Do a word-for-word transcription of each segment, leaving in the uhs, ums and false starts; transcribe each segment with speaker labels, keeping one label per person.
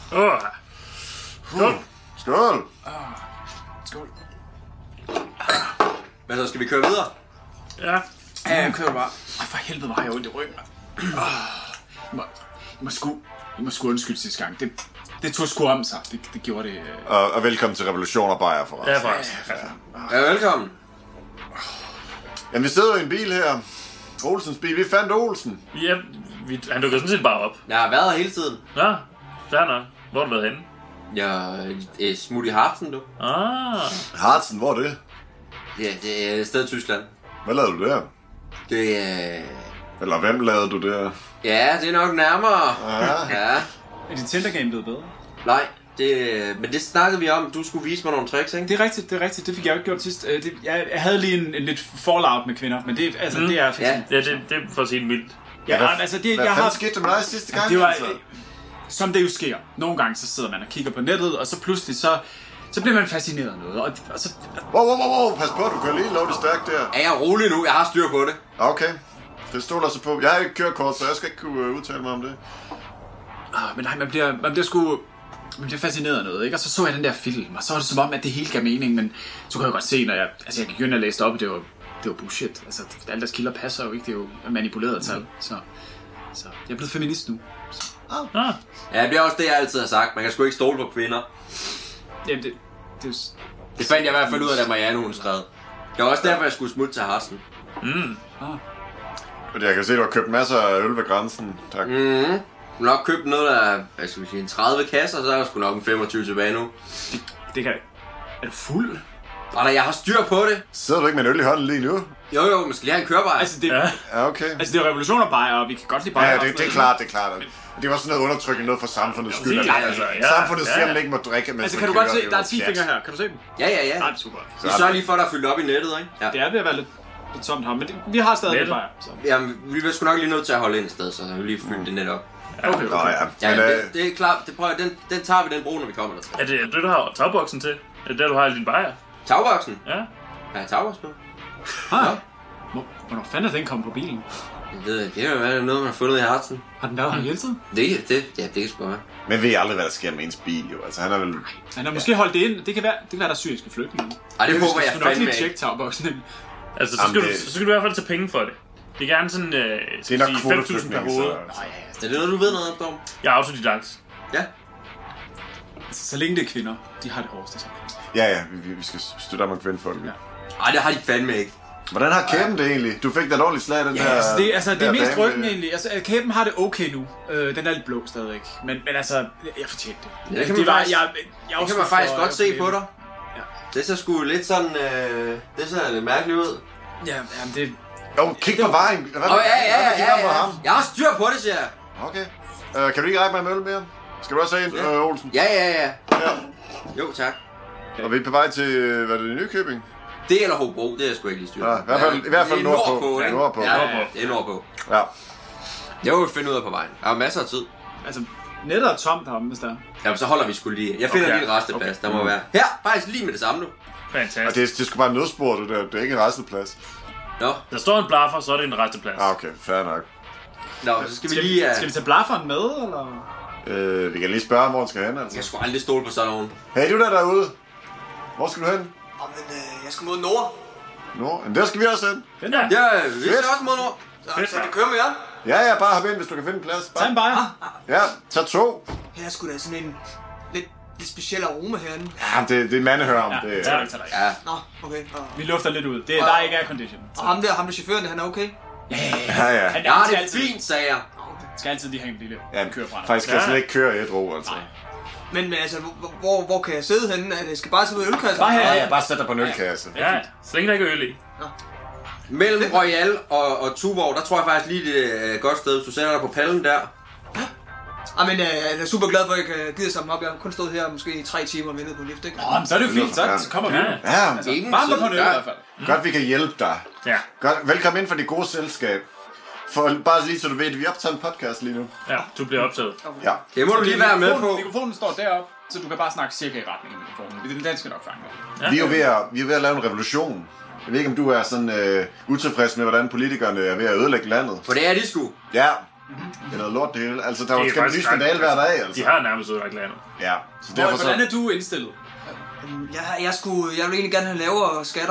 Speaker 1: Åh. Skål.
Speaker 2: Skål.
Speaker 3: Skål.
Speaker 4: Hvad så, skal vi køre videre?
Speaker 1: Ja.
Speaker 3: Ja, jeg kører bare. Ej, for helvede, hvor har jeg ondt i ryggen. Oh, I, må, I, må sgu, I må sgu undskylde sidste gang. Det, det tog sgu om sig. Det, det gjorde det... Øh...
Speaker 2: Og, og velkommen til Revolution og Bajer for os.
Speaker 1: Ja, faktisk.
Speaker 4: Ja, velkommen.
Speaker 2: Jamen, vi sidder jo i en bil her. Olsens bil. Vi fandt Olsen.
Speaker 1: Ja, vi, han dukker sådan set bare op.
Speaker 4: Jeg har været her hele tiden.
Speaker 1: Nå, fair nok. Hvor har du været henne?
Speaker 4: Jeg er smut i Harzen, du.
Speaker 1: Ah.
Speaker 2: Harzen, hvor er det?
Speaker 4: Ja, det er et sted i Tyskland.
Speaker 2: Hvad lavede du der?
Speaker 4: Det er...
Speaker 2: Eller hvem lavede du der?
Speaker 4: Ja, det er nok nærmere.
Speaker 2: Ja.
Speaker 4: Ja.
Speaker 3: Er dit Tinder-game blevet bedre?
Speaker 4: Nej, det, men det snakkede vi om. Du skulle vise mig nogle tricks, ikke?
Speaker 3: Det er rigtigt, det er rigtigt. Det fik jeg jo ikke gjort sidst. Det, jeg, jeg havde lige en, en lidt fallout med kvinder, men det, altså, mm. det er
Speaker 4: Ja.
Speaker 1: Ja, det, det er for at sige det mildt.
Speaker 3: Ja,
Speaker 2: hvad,
Speaker 3: altså, det,
Speaker 2: hvad
Speaker 3: jeg
Speaker 2: fanden
Speaker 3: har...
Speaker 2: skete der med dig sidste gang?
Speaker 3: Det var,
Speaker 2: altså?
Speaker 3: som det jo sker. Nogle gange så sidder man og kigger på nettet, og så pludselig så, så bliver man fascineret af noget. Og, og så,
Speaker 2: Wow, wow, wow, wow, pas på, du kører lige lovligt stærkt der.
Speaker 4: Er jeg rolig nu? Jeg har styr på det.
Speaker 2: Okay, det stoler så på. Jeg har ikke kørekort, så jeg skal ikke kunne udtale mig om det.
Speaker 3: ah, men nej, man bliver, man bliver sgu... Man bliver fascineret af noget, ikke? Og så så jeg den der film, og så var det som om, at det hele gav mening, men så kunne jeg godt se, når jeg... Altså, jeg begyndte at læse op, og det var, det var bullshit. Altså, alle deres kilder passer jo ikke, det er jo manipuleret tal. Så, så jeg er blevet feminist nu.
Speaker 1: Ah.
Speaker 4: Ja, det er også det, jeg altid har sagt. Man kan sgu ikke stole på kvinder.
Speaker 3: Jamen, det... Det,
Speaker 4: Det fandt jeg i hvert fald ud af, da Marianne hun skrev. Det var også derfor, jeg skulle smutte til Harzen.
Speaker 1: Mm.
Speaker 3: ah.
Speaker 2: Fordi jeg kan se, at du har købt masser af øl ved grænsen. Tak.
Speaker 4: Mhm. Du har nok købt noget, der er, hvad skal vi sige, en tredive kasser, så er der sgu nok en femogtyve tilbage nu.
Speaker 3: Det, det kan... Er du fuld?
Speaker 4: Og da jeg har styr på det.
Speaker 2: Sidder du ikke med en øl i hånden lige nu?
Speaker 4: Jo jo, man skal lige have en kørebar.
Speaker 3: Altså, det,
Speaker 1: Ja.
Speaker 2: Ja, okay.
Speaker 3: altså, det er revolution og bajer, og vi kan godt lide bajer.
Speaker 2: Ja, det, det er klart, det er klart. Det var sådan noget undertrykkende noget for samfundets skyld.
Speaker 1: Ja,
Speaker 2: Altså,
Speaker 1: ja,
Speaker 2: samfundet siger,
Speaker 1: ja.
Speaker 2: at man ikke må drikke, mens
Speaker 3: Altså,
Speaker 2: man
Speaker 3: kan du godt
Speaker 2: kører.
Speaker 3: se,
Speaker 2: Det
Speaker 3: der er
Speaker 2: jo
Speaker 3: ti
Speaker 2: pjat.
Speaker 3: fingre her. Kan du se dem?
Speaker 4: Ja, ja, ja.
Speaker 3: Nej, super.
Speaker 4: Vi sørger lige for, at der er fyldt op i nettet, ikke? Ja.
Speaker 3: Det er ved at være lidt, lidt tomt her, men det, vi har stadig lidt
Speaker 1: Nettet.
Speaker 3: bajer. Så.
Speaker 4: Jamen, vi bliver sgu nok lige nødt til at holde ind et sted, så vi lige fylde det net op.
Speaker 3: Okay, okay.
Speaker 2: Nå ja.
Speaker 4: Ja,
Speaker 2: Men,
Speaker 4: men
Speaker 2: øh,
Speaker 4: det, det er klart. Det prøver, den, den tager vi den bro, når vi kommer der til.
Speaker 1: Er det det, du har tagboksen til? Er det der, du har i din bajer?
Speaker 4: Tagboksen?
Speaker 1: Ja.
Speaker 4: Har jeg tagboks på?
Speaker 3: Ah. Hvor- Hvornår fanden er den kommet på bilen?
Speaker 4: Det ved jeg. Det er jo noget, man har fundet i Harzen.
Speaker 3: Har den været her hele tiden?
Speaker 4: Det, det, ja, det kan sgu være.
Speaker 2: Men ved I aldrig, hvad der sker med ens bil, jo. Altså, han er vel...
Speaker 3: Han har måske holdt det ind. Det kan være, det kan være der er syriske flygtninge.
Speaker 4: Ej, det håber
Speaker 3: skal
Speaker 4: jeg
Speaker 3: sgu nok
Speaker 4: fandme
Speaker 3: lige
Speaker 4: ikke.
Speaker 3: tjekke tagboksen.
Speaker 1: Altså, så
Speaker 2: Jamen,
Speaker 1: skal, du,
Speaker 2: det-
Speaker 1: så skal du i hvert fald tage penge for det. Det er gerne sådan, øh,
Speaker 2: Det er nok
Speaker 1: fem tusind per
Speaker 2: kvoteflygtninge,
Speaker 1: hoved.
Speaker 2: så...
Speaker 4: Er det noget, du ved noget om?
Speaker 1: Jeg er autodidakt.
Speaker 4: Ja.
Speaker 3: Altså, så længe det er kvinder, de har det hårdeste samfund.
Speaker 2: Ja, ja, vi, vi skal støtte om at kvindefolk.
Speaker 3: Ja.
Speaker 4: Ej, det har de fandme ikke.
Speaker 2: Hvordan har kæben det egentlig? Du fik da et ordentligt slag af den
Speaker 3: Ja,
Speaker 2: der...
Speaker 3: altså det, altså, det er
Speaker 2: der
Speaker 3: mest
Speaker 2: dame,
Speaker 3: ryggen
Speaker 2: øh,
Speaker 3: egentlig. Altså, kæben har det okay nu. Øh, den er lidt blå stadigvæk. Men, men altså, jeg fortjente det.
Speaker 4: Ja, det kan man faktisk-
Speaker 3: jeg, jeg
Speaker 4: Det kan man faktisk godt se på dig.
Speaker 3: Ja.
Speaker 4: Det ser sgu lidt sådan, øh, det ser lidt mærkeligt ud.
Speaker 3: Ja, jamen det...
Speaker 2: Jo, kig på vejen. Hvad,
Speaker 4: Åh, ja, ja, ja,
Speaker 2: hvad,
Speaker 4: ja,
Speaker 2: på
Speaker 4: ja.
Speaker 2: ham?
Speaker 4: Jeg har styr på det, siger jeg.
Speaker 2: Okay. Uh, kan du ikke række mig en øl mere? Skal du også have en,
Speaker 4: Ja.
Speaker 2: øh, Olsen?
Speaker 4: Ja, ja, ja.
Speaker 2: Ja.
Speaker 4: Jo, tak.
Speaker 2: Og vi er på vej til, øh, hvad er det, Nykøbing?
Speaker 4: Det eller Hobro, det er jeg sgu ikke lige styr på.
Speaker 2: Ja, i hvert fald- i hvert fald
Speaker 4: det er
Speaker 2: nordpå.
Speaker 4: ikke?
Speaker 2: Nordpå.
Speaker 4: Ja, ja,
Speaker 1: Nordpå.
Speaker 4: det er nordpå.
Speaker 2: Ja.
Speaker 4: Det må vi finde ud af på vejen. Jeg har masser af tid.
Speaker 3: Altså, nettet er tomt heromme, hvis der er.
Speaker 4: Jamen, så holder vi sgu lige. Jeg finder
Speaker 1: Okay.
Speaker 4: lige en resteplads,
Speaker 1: Okay.
Speaker 4: der må være. Her, faktisk lige med det samme nu.
Speaker 2: Og
Speaker 1: Fantastisk.
Speaker 2: det, er- det er sgu bare en nødspor, det der. Det er ikke en resteplads.
Speaker 4: Nå,
Speaker 1: Der står en blaffer, så er det en resteplads.
Speaker 2: Ah, okay. Fair nok.
Speaker 4: Nå så skal vi
Speaker 3: Skal,
Speaker 4: lige...
Speaker 3: vi,
Speaker 4: Uh...
Speaker 3: skal vi tage blafferen med, eller?
Speaker 2: Øh, vi kan lige spørge ham, hvor han skal hen, altså.
Speaker 4: Jeg skulle aldrig stole på sådan nogen.
Speaker 2: Hey, du der derude. Hvor skal du hen?
Speaker 5: Åh, men øh, jeg skal mod nord.
Speaker 2: Nå, men der skal vi også hen.
Speaker 1: Den der.
Speaker 4: Ja, vi skal også mod nord.
Speaker 5: Så,
Speaker 1: Fedt,
Speaker 5: så jeg
Speaker 1: mand.
Speaker 5: kan køre med jer.
Speaker 2: Ja, ja, bare hop ind, hvis du kan finde en plads.
Speaker 3: Tag en
Speaker 2: Bare.
Speaker 3: bajer.
Speaker 2: Ja, tag to.
Speaker 5: Her er sgu da sådan en lidt, lidt speciel aroma herinde.
Speaker 2: Ja, det, det er mandehør om
Speaker 3: Ja,
Speaker 2: det.
Speaker 3: tag dig, tag dig.
Speaker 4: Ja,
Speaker 5: Nå, okay. Og,
Speaker 3: Vi lufter lidt ud. Det, der er ikke aircondition.
Speaker 5: og ham der, ham der chaufføren, han er okay?
Speaker 3: Ja, ja, ja.
Speaker 2: Ja, ja.
Speaker 3: Han
Speaker 4: ja,
Speaker 3: skal
Speaker 4: det er
Speaker 3: altid,
Speaker 4: fint, sagde jeg.
Speaker 3: skal altid lige have en lille
Speaker 2: Ja,
Speaker 3: kørebrænder.
Speaker 2: faktisk skal jeg
Speaker 1: Ja.
Speaker 2: slet ikke køre i et ro, altså.
Speaker 3: Nej.
Speaker 5: Men, men altså, hvor, hvor, hvor kan jeg sidde henne? Er det, skal bare sidde ud i ølkassen?
Speaker 3: Bare her.
Speaker 2: Ja, ja, bare sæt dig på en ølkasse.
Speaker 1: Ja, så længe der ikke er øl i.
Speaker 4: Mellem Royal og, og Tuborg, der tror jeg faktisk lige, det er et godt sted. Hvis du sætter dig på pallen der.
Speaker 5: Ah, men øh, jeg er super glad for, at jeg kan gide sammen op. Jeg har kun stået her måske i tre timer og ventet på lift, ikke?
Speaker 3: Nå, men så er det jo fint. Så, så kommer vi.
Speaker 1: Ja.
Speaker 2: Ja,
Speaker 3: Altså,
Speaker 4: Ingen
Speaker 3: varm dig
Speaker 4: tid,
Speaker 3: på en øl i
Speaker 4: ja.
Speaker 3: hvert fald.
Speaker 2: godt vi kan hjælpe dig.
Speaker 1: Ja,
Speaker 2: Godt, velkommen ind for det gode selskab. For bare lige så du ved, vi optager en podcast lige nu.
Speaker 1: ja, du bliver optaget.
Speaker 2: Ja.
Speaker 4: Det må du lige være med på.
Speaker 3: Mikrofonen står deroppe, så du kan bare snakke cirka i retning af mikrofonen. Den skal nok fange dig.
Speaker 1: Ja.
Speaker 2: Vi er jo ved at, vi er ved at lave en revolution. Jeg ved ikke, om du er sådan øh, utilfreds med, hvordan politikerne er ved at ødelægge landet.
Speaker 4: For det er de sgu.
Speaker 2: Ja, Det er noget lort det hele. Altså, der var
Speaker 1: Det er
Speaker 2: skal en ny
Speaker 1: faktisk
Speaker 2: skandal
Speaker 1: ret-
Speaker 2: hver dag, altså.
Speaker 1: De har nærmest ødelagt landet.
Speaker 2: Ja, så derfor så...
Speaker 3: Hvordan er du indstillet?
Speaker 5: Jeg, jeg, skulle, jeg vil egentlig gerne have lavere skatter.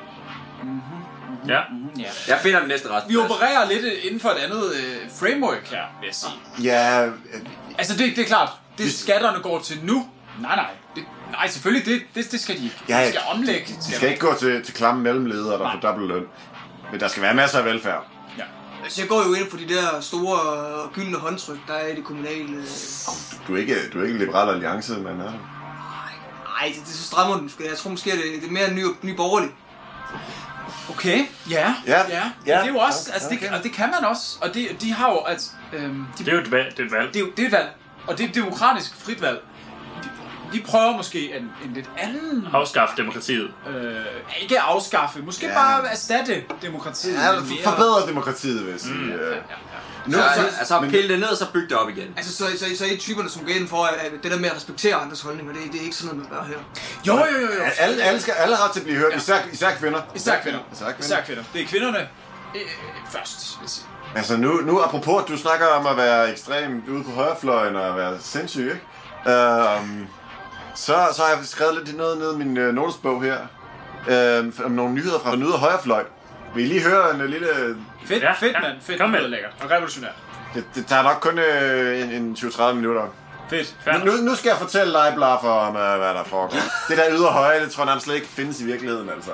Speaker 1: Ja.
Speaker 3: Ja.
Speaker 4: Jeg finder den næste rest.
Speaker 3: Vi opererer lidt inden for et andet øh, framework her, vil jeg sige.
Speaker 2: Ja, øh,
Speaker 3: Altså, det, det er klart. Det
Speaker 2: Vi-
Speaker 3: skatterne går til nu. Nej, nej. Det, nej, selvfølgelig, det, det, det skal de ikke.
Speaker 2: Ja,
Speaker 3: De skal omlægge.
Speaker 2: de skal ikke gå til, til klamme mellemledere, der
Speaker 3: Nej.
Speaker 2: får dobbelt løn. Men der skal være masser af velfærd.
Speaker 3: Ja.
Speaker 5: Altså, jeg går jo ind for de der store gyldne håndtryk, der er i det kommunale.
Speaker 2: Du er ikke, du er ikke en liberal alliance, men er du?
Speaker 5: Nej, det, det så strammer den. Jeg tror måske, at det, det er mere ny, ny borgerlig.
Speaker 3: Okay, ja,
Speaker 2: Ja,
Speaker 3: ja.
Speaker 2: ja.
Speaker 3: Det er jo også,
Speaker 2: Okay,
Speaker 3: altså det,
Speaker 2: okay.
Speaker 3: og det kan man også, og det, de har jo, altså, øhm, de,
Speaker 1: Det er jo et valg. Det er et valg.
Speaker 3: det, er jo, det er et valg, og det er et demokratisk frit valg. De, de prøver måske en, en lidt anden,
Speaker 1: Afskaffe demokratiet.
Speaker 3: øh, ikke afskaffe, måske
Speaker 2: Ja.
Speaker 3: ja. bare erstatte demokratiet.
Speaker 2: Ja,
Speaker 3: med mere-
Speaker 2: forbedre demokratiet, vil jeg sige. Mm.
Speaker 3: Ja, ja, ja.
Speaker 2: Nu,
Speaker 4: Så,
Speaker 2: så,
Speaker 4: altså,
Speaker 2: men-
Speaker 4: pille det ned, og så bygge det op igen.
Speaker 5: Altså, så, så, så er I typerne, som går ind for, at det der med at respektere andres holdninger, det, det er ikke sådan noget, man gør her.
Speaker 3: Jo, jo, jo, jo.
Speaker 2: alle, alle, skal, alle har ret til at blive hørt,
Speaker 3: Ja.
Speaker 2: især, især kvinder.
Speaker 3: Især kvinder.
Speaker 2: Især kvinder.
Speaker 3: Især kvinder. Det er kvinderne øh, først, vil jeg sige.
Speaker 2: Altså nu, nu apropos, at du snakker om at være ekstrem ude på højrefløjen og være sindssyg, ikke? Um, så, så har jeg skrevet lidt noget ned i min uh, notesbog her. Uh, om nogle nyheder fra den ydre højrefløj. Vil I lige høre en uh, lille...
Speaker 3: Fedt,
Speaker 1: Ja,
Speaker 3: fedt
Speaker 1: ja.
Speaker 3: mand. Fedt,
Speaker 1: Kom med.
Speaker 3: og lækkert. Og revolutionært.
Speaker 2: Det, det tager nok kun uh, en, en tyve til tredive minutter.
Speaker 3: Fedt.
Speaker 1: Fair.
Speaker 2: Nu, nu skal jeg fortælle dig, Blaffer, om uh, hvad der foregår. Det der ydre højre, det tror jeg nærmest slet ikke findes i virkeligheden, altså.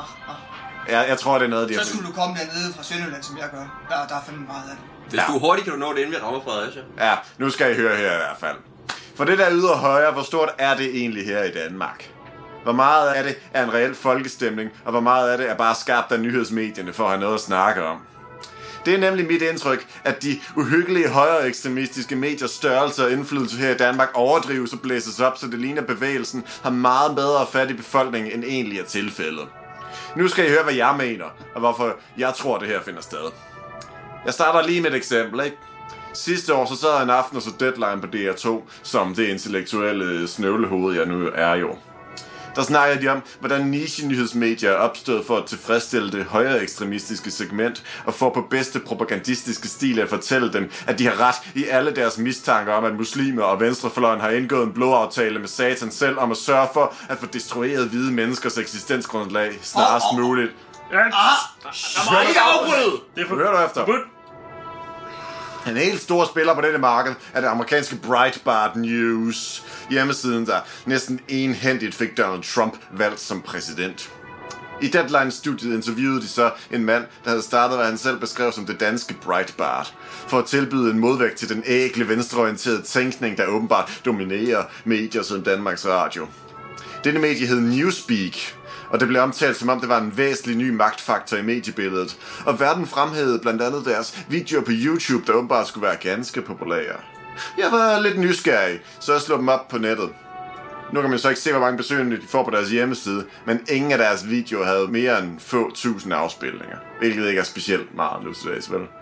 Speaker 2: Jeg, jeg tror, det er noget, de har...
Speaker 5: Så skulle du komme dernede fra Sønderjylland, som jeg gør. Der, der er fandme meget af det.
Speaker 4: Hvis du er hurtigt, kan du nå det, inden vi rammer Fredericia.
Speaker 2: Ja, nu skal I høre her i hvert fald. For det der ydre højre, hvor stort er det egentlig her i Danmark? Hvor meget af det er en reel folkestemning, og hvor meget af det er bare skabt af nyhedsmedierne for at have noget at snakke om? Det er nemlig mit indtryk, at de uhyggelige højre ekstremistiske mediers størrelse og indflydelse her i Danmark overdrives og blæses op, så det ligner bevægelsen har meget bedre fat i befolkningen end egentlig er tilfældet. Nu skal I høre, hvad jeg mener, og hvorfor jeg tror, det her finder sted. Jeg starter lige med et eksempel, ikke? Sidste år så sad jeg en aften og så Deadline på D R to, som det intellektuelle snøvlehoved, jeg nu er jo. Der snakker de om, hvordan niche-nyhedsmedier er opstået for at tilfredsstille det højere ekstremistiske segment, og for på bedste propagandistiske stil at fortælle dem, at de har ret i alle deres mistanker om, at muslimer og venstrefløjen har indgået en blodaftale med satan selv om at sørge for at få destrueret hvide menneskers eksistensgrundlag snarest
Speaker 5: Åh, åh, åh.
Speaker 2: muligt.
Speaker 1: Ja, der må ikke afbryde! Det er for...
Speaker 2: Hør du efter.
Speaker 1: Forbudt.
Speaker 2: En helt stor spiller på dette marked er det amerikanske Breitbart News. Hjemmesiden, der næsten enhændigt fik Donald Trump valgt som præsident. I Deadline-studiet interviewede de så en mand, der havde startet, hvad han selv beskrev som det danske Breitbart, for at tilbyde en modvægt til den ægle venstreorienterede tænkning, der åbenbart dominerer medier som Danmarks Radio. Denne medie hed Newspeak, og det blev omtalt som om det var en væsentlig ny magtfaktor i mediebilledet, og verden fremhævede blandt andet deres videoer på YouTube, der åbenbart skulle være ganske populære. Jeg var lidt nysgerrig, så jeg slog dem op på nettet. Nu kan man så ikke se, hvor mange besøgende de får på deres hjemmeside, men ingen af deres videoer havde mere end få tusind afspilninger, hvilket ikke er specielt meget nu til dags, vel?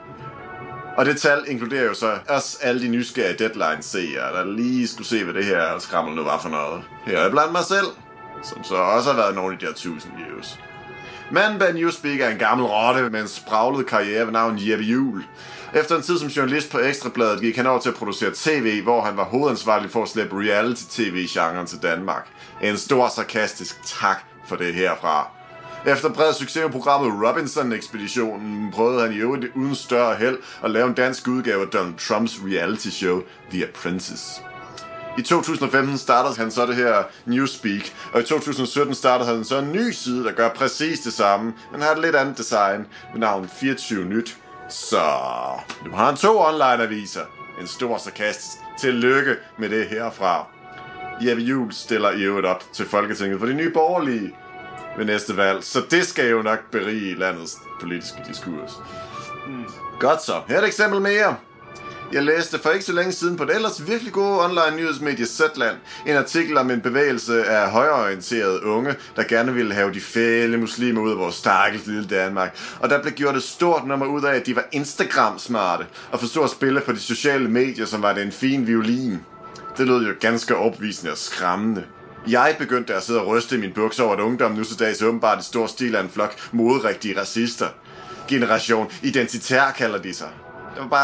Speaker 2: Og det tal inkluderer jo så også alle de nysgerrige Deadline-seere, der lige skulle se, hvad det her skrammel nu var for noget. Her er blandt mig selv, som så også har været nogle af de der tusind views. Manden bag Newspeak er en gammel rotte med en spraglet karriere ved navn Jeppe Juhl. Efter en tid som journalist på Ekstrabladet gik han over til at producere tv, hvor han var hovedansvarlig for at slæbe reality-tv-genren til Danmark. En stor sarkastisk tak for det herfra. Efter bred succes med programmet Robinson-ekspeditionen prøvede han i øvrigt uden større held at lave en dansk udgave af Donald Trumps reality-show The Apprentice. I to tusind og femten startede han så det her Newspeak, og i to tusind og sytten startede han så en ny side, der gør præcis det samme, men har et lidt andet design med navnet fireogtyve Nyt. Så nu har han to online-aviser. En stor sarkastisk tillykke med det herfra. Jeppe Juhl stiller i øvrigt op til Folketinget for de nye borgerlige ved næste valg, så det skal jo nok berige landets politiske diskurs. Mm. Godt så, her er et eksempel mere. Jeg læste for ikke så længe siden på det ellers virkelig gode online nyhedsmedie Zetland en artikel om en bevægelse af højreorienterede unge, der gerne ville have de fæle muslimer ud af vores stakkels lille Danmark. Og der blev gjort et stort nummer ud af, at de var Instagram-smarte og forstod at spille på de sociale medier, som var det en fin violin. Det lød jo ganske opvisende og skræmmende. Jeg begyndte at sidde og ryste i min bukser over, at ungdommen nu til dags åbenbart i stor stil af en flok moderigtige racister. Generation Identitær kalder de sig. Der var bare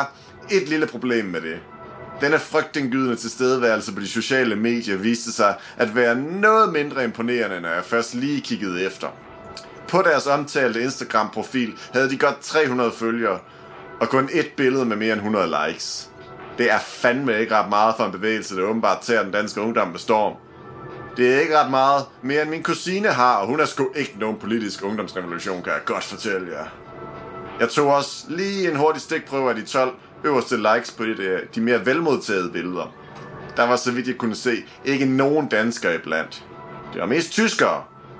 Speaker 2: et lille problem med det. Denne frygtindgydende tilstedeværelse på de sociale medier viste sig at være noget mindre imponerende, når jeg først lige kiggede efter. På deres omtalte Instagram-profil havde de godt tre hundrede følgere, og kun et billede med mere end hundrede likes. Det er fandme ikke ret meget for en bevægelse, der åbenbart tager den danske ungdom med storm. Det er ikke ret meget mere end min kusine har, og hun er sgu ikke nogen politisk ungdomsrevolution, kan jeg godt fortælle jer. Jeg tog også lige en hurtig stikprøve af de tolv øverste likes på de, de mere velmodtagede billeder. Der var, så vidt jeg kunne se, ikke nogen danskere iblandt. Det var mest tyskere.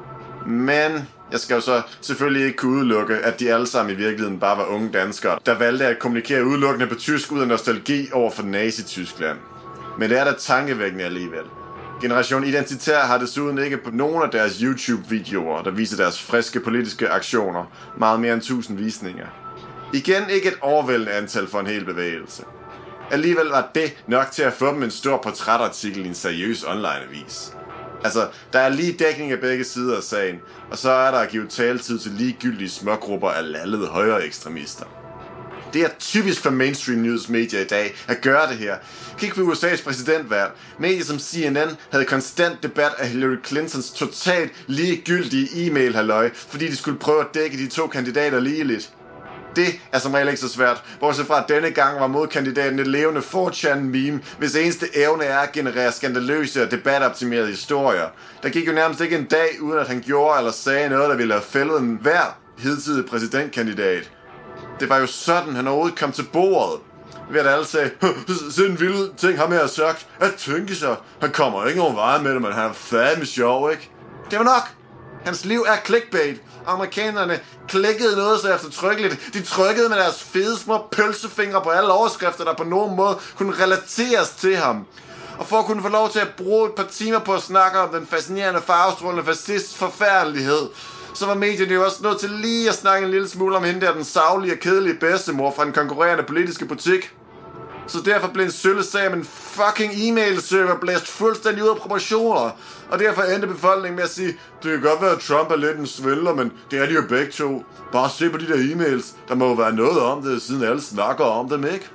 Speaker 2: Men jeg skal jo så selvfølgelig ikke kunne udelukke, at de alle sammen i virkeligheden bare var unge danskere, der valgte at kommunikere udelukkende på tysk ud af nostalgi over for Nazi-Tyskland. Men det er da tankevækkende alligevel. Generation Identitær har desuden ikke på nogen af deres YouTube-videoer, der viser deres friske politiske aktioner, meget mere end tusind visninger. Igen ikke et overvældende antal for en hel bevægelse. Alligevel var det nok til at få dem en stor portrætartikel i en seriøs online-avis. Altså, der er lige dækning af begge sider af sagen, og så er der at give taletid til ligegyldige smågrupper af lallede højre ekstremister. Det er typisk for mainstream nyhedsmedier i dag at gøre det her. Kig på U S A's præsidentvalg. Medier som C N N havde konstant debat af Hillary Clintons totalt ligegyldige e-mail-halløj, fordi de skulle prøve at dække de to kandidater ligeligt. Det er som regel ikke så svært, bortset fra at denne gang var modkandidaten et levende four chan meme, hvis eneste evne er at generere skandaløse og debatoptimerede historier. Der gik jo nærmest ikke en dag, uden at han gjorde eller sagde noget, der ville have fældet en hver hidtidig præsidentkandidat. Det var jo sådan, han overhovedet kom til bordet. Ved at alle sagde, se en vild ting, ham her har sagt. At tænke sig, han kommer ikke nogen veje med det, men han er fandme sjov, ikke? Det var nok. Hans liv er clickbait. Amerikanerne klikkede noget så eftertrykkeligt. De trykkede med deres fede små pølsefingre på alle overskrifter, der på nogen måde kunne relateres til ham. Og for at kunne få lov til at bruge et par timer på at snakke om den fascinerende farvestrålende fascist forfærdelighed, så var medierne jo også nødt til lige at snakke en lille smule om hende der, den savlige og kedelige bedstemor fra den konkurrerende politiske butik. Så derfor blev en sølle sag om en fucking e-mail-server blæst fuldstændig ud af proportioner. Og derfor endte befolkningen med at sige, det kan godt være, at Trump er lidt en svindler, men det er de jo begge to. Bare se på de der e-mails. Der må jo være noget om det, siden alle snakker om dem, ikke?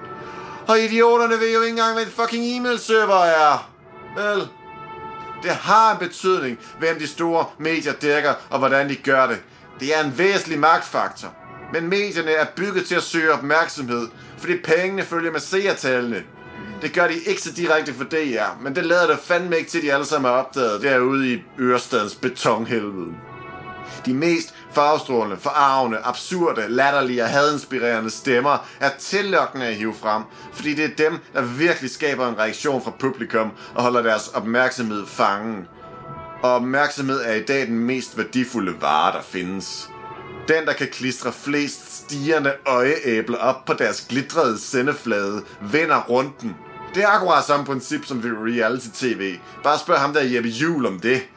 Speaker 2: Og idioterne ved jo ikke engang, hvad en fucking e-mail-server er. Vel? Det har en betydning, hvem de store medier dækker, og hvordan de gør det. Det er en væsentlig magtfaktor. Men medierne er bygget til at søge opmærksomhed, fordi pengene følger med seertallene. Det gør de ikke så direkte for D R, men det lader det fandme ikke til, de alle sammen er opdaget derude i Ørestadens betonhelvede. De mest farvestrålende, forarvende, absurde, latterlige og hadinspirerende stemmer er tillokkende at hive frem, fordi det er dem, der virkelig skaber en reaktion fra publikum og holder deres opmærksomhed fangen. Og opmærksomhed er i dag den mest værdifulde vare, der findes. Den, der kan klistre flest stirrende øjeæbler op på deres glitrede sendeflade, vinder runden. Det er akkurat samme princip som ved reality-tv. Bare spørg ham der Jeppe Juhl om det.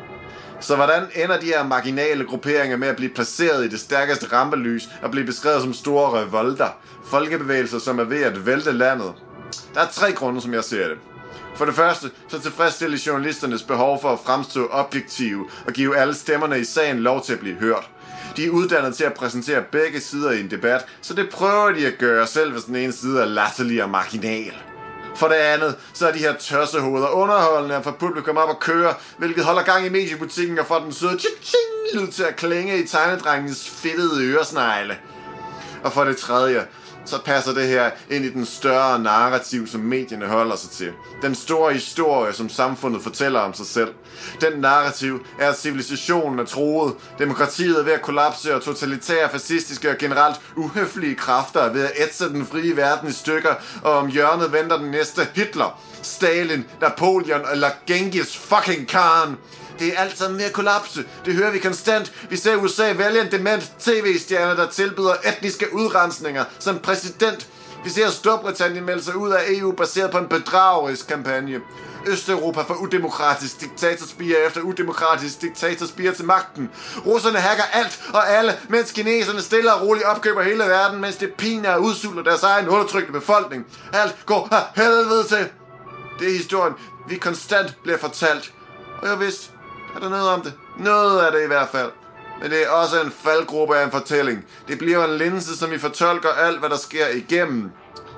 Speaker 2: Så hvordan ender de her marginale grupperinger med at blive placeret i det stærkeste rampelys og blive beskrevet som store revolter? Folkebevægelser, som er ved at vælte landet. Der er tre grunde, som jeg ser det. For det første, så tilfredsstiller journalisternes behov for at fremstå objektive og give alle stemmerne i sagen lov til at blive hørt. De er uddannet til at præsentere begge sider i en debat, så det prøver de at gøre, selv hvis den ene side er latterlig og marginal. For det andet, så er de her tørsehoveder underholdende at få publikum op at køre, hvilket holder gang i mediebutikken og får den søde tjing-lyd til at klinge i tegnedrengens fedtede øresnegle. Og for det tredje, så passer det her ind i den større narrativ, som medierne holder sig til. Den store historie, som samfundet fortæller om sig selv. Den narrativ er, at civilisationen er truet, demokratiet er ved at kollapse, og totalitære, fascistiske og generelt uhøflige kræfter er ved at ætse den frie verden i stykker, og om hjørnet venter den næste Hitler, Stalin, Napoleon eller Genghis fucking Khan. Det er alt sammen ved at kollapse. Det hører vi konstant. Vi ser U S A vælge en dement tv-stjerne, der tilbyder etniske udrensninger som præsident. Vi ser Storbritannien melde sig ud af E U baseret på en bedragerisk kampagne. Østeuropa for udemokratisk diktatorspirer efter udemokratisk diktatorspirer til magten. Russerne hacker alt og alle, mens kineserne stille og roligt opkøber hele verden, mens det piner og udsulter deres egen undertrykte befolkning. Alt går af helvede til. Det er historien, vi konstant bliver fortalt. Og jeg vidste, er der noget om det? Noget af det i hvert fald. Men det er også en faldgruppe af en fortælling. Det bliver en linse, som vi fortolker alt, hvad der sker igennem.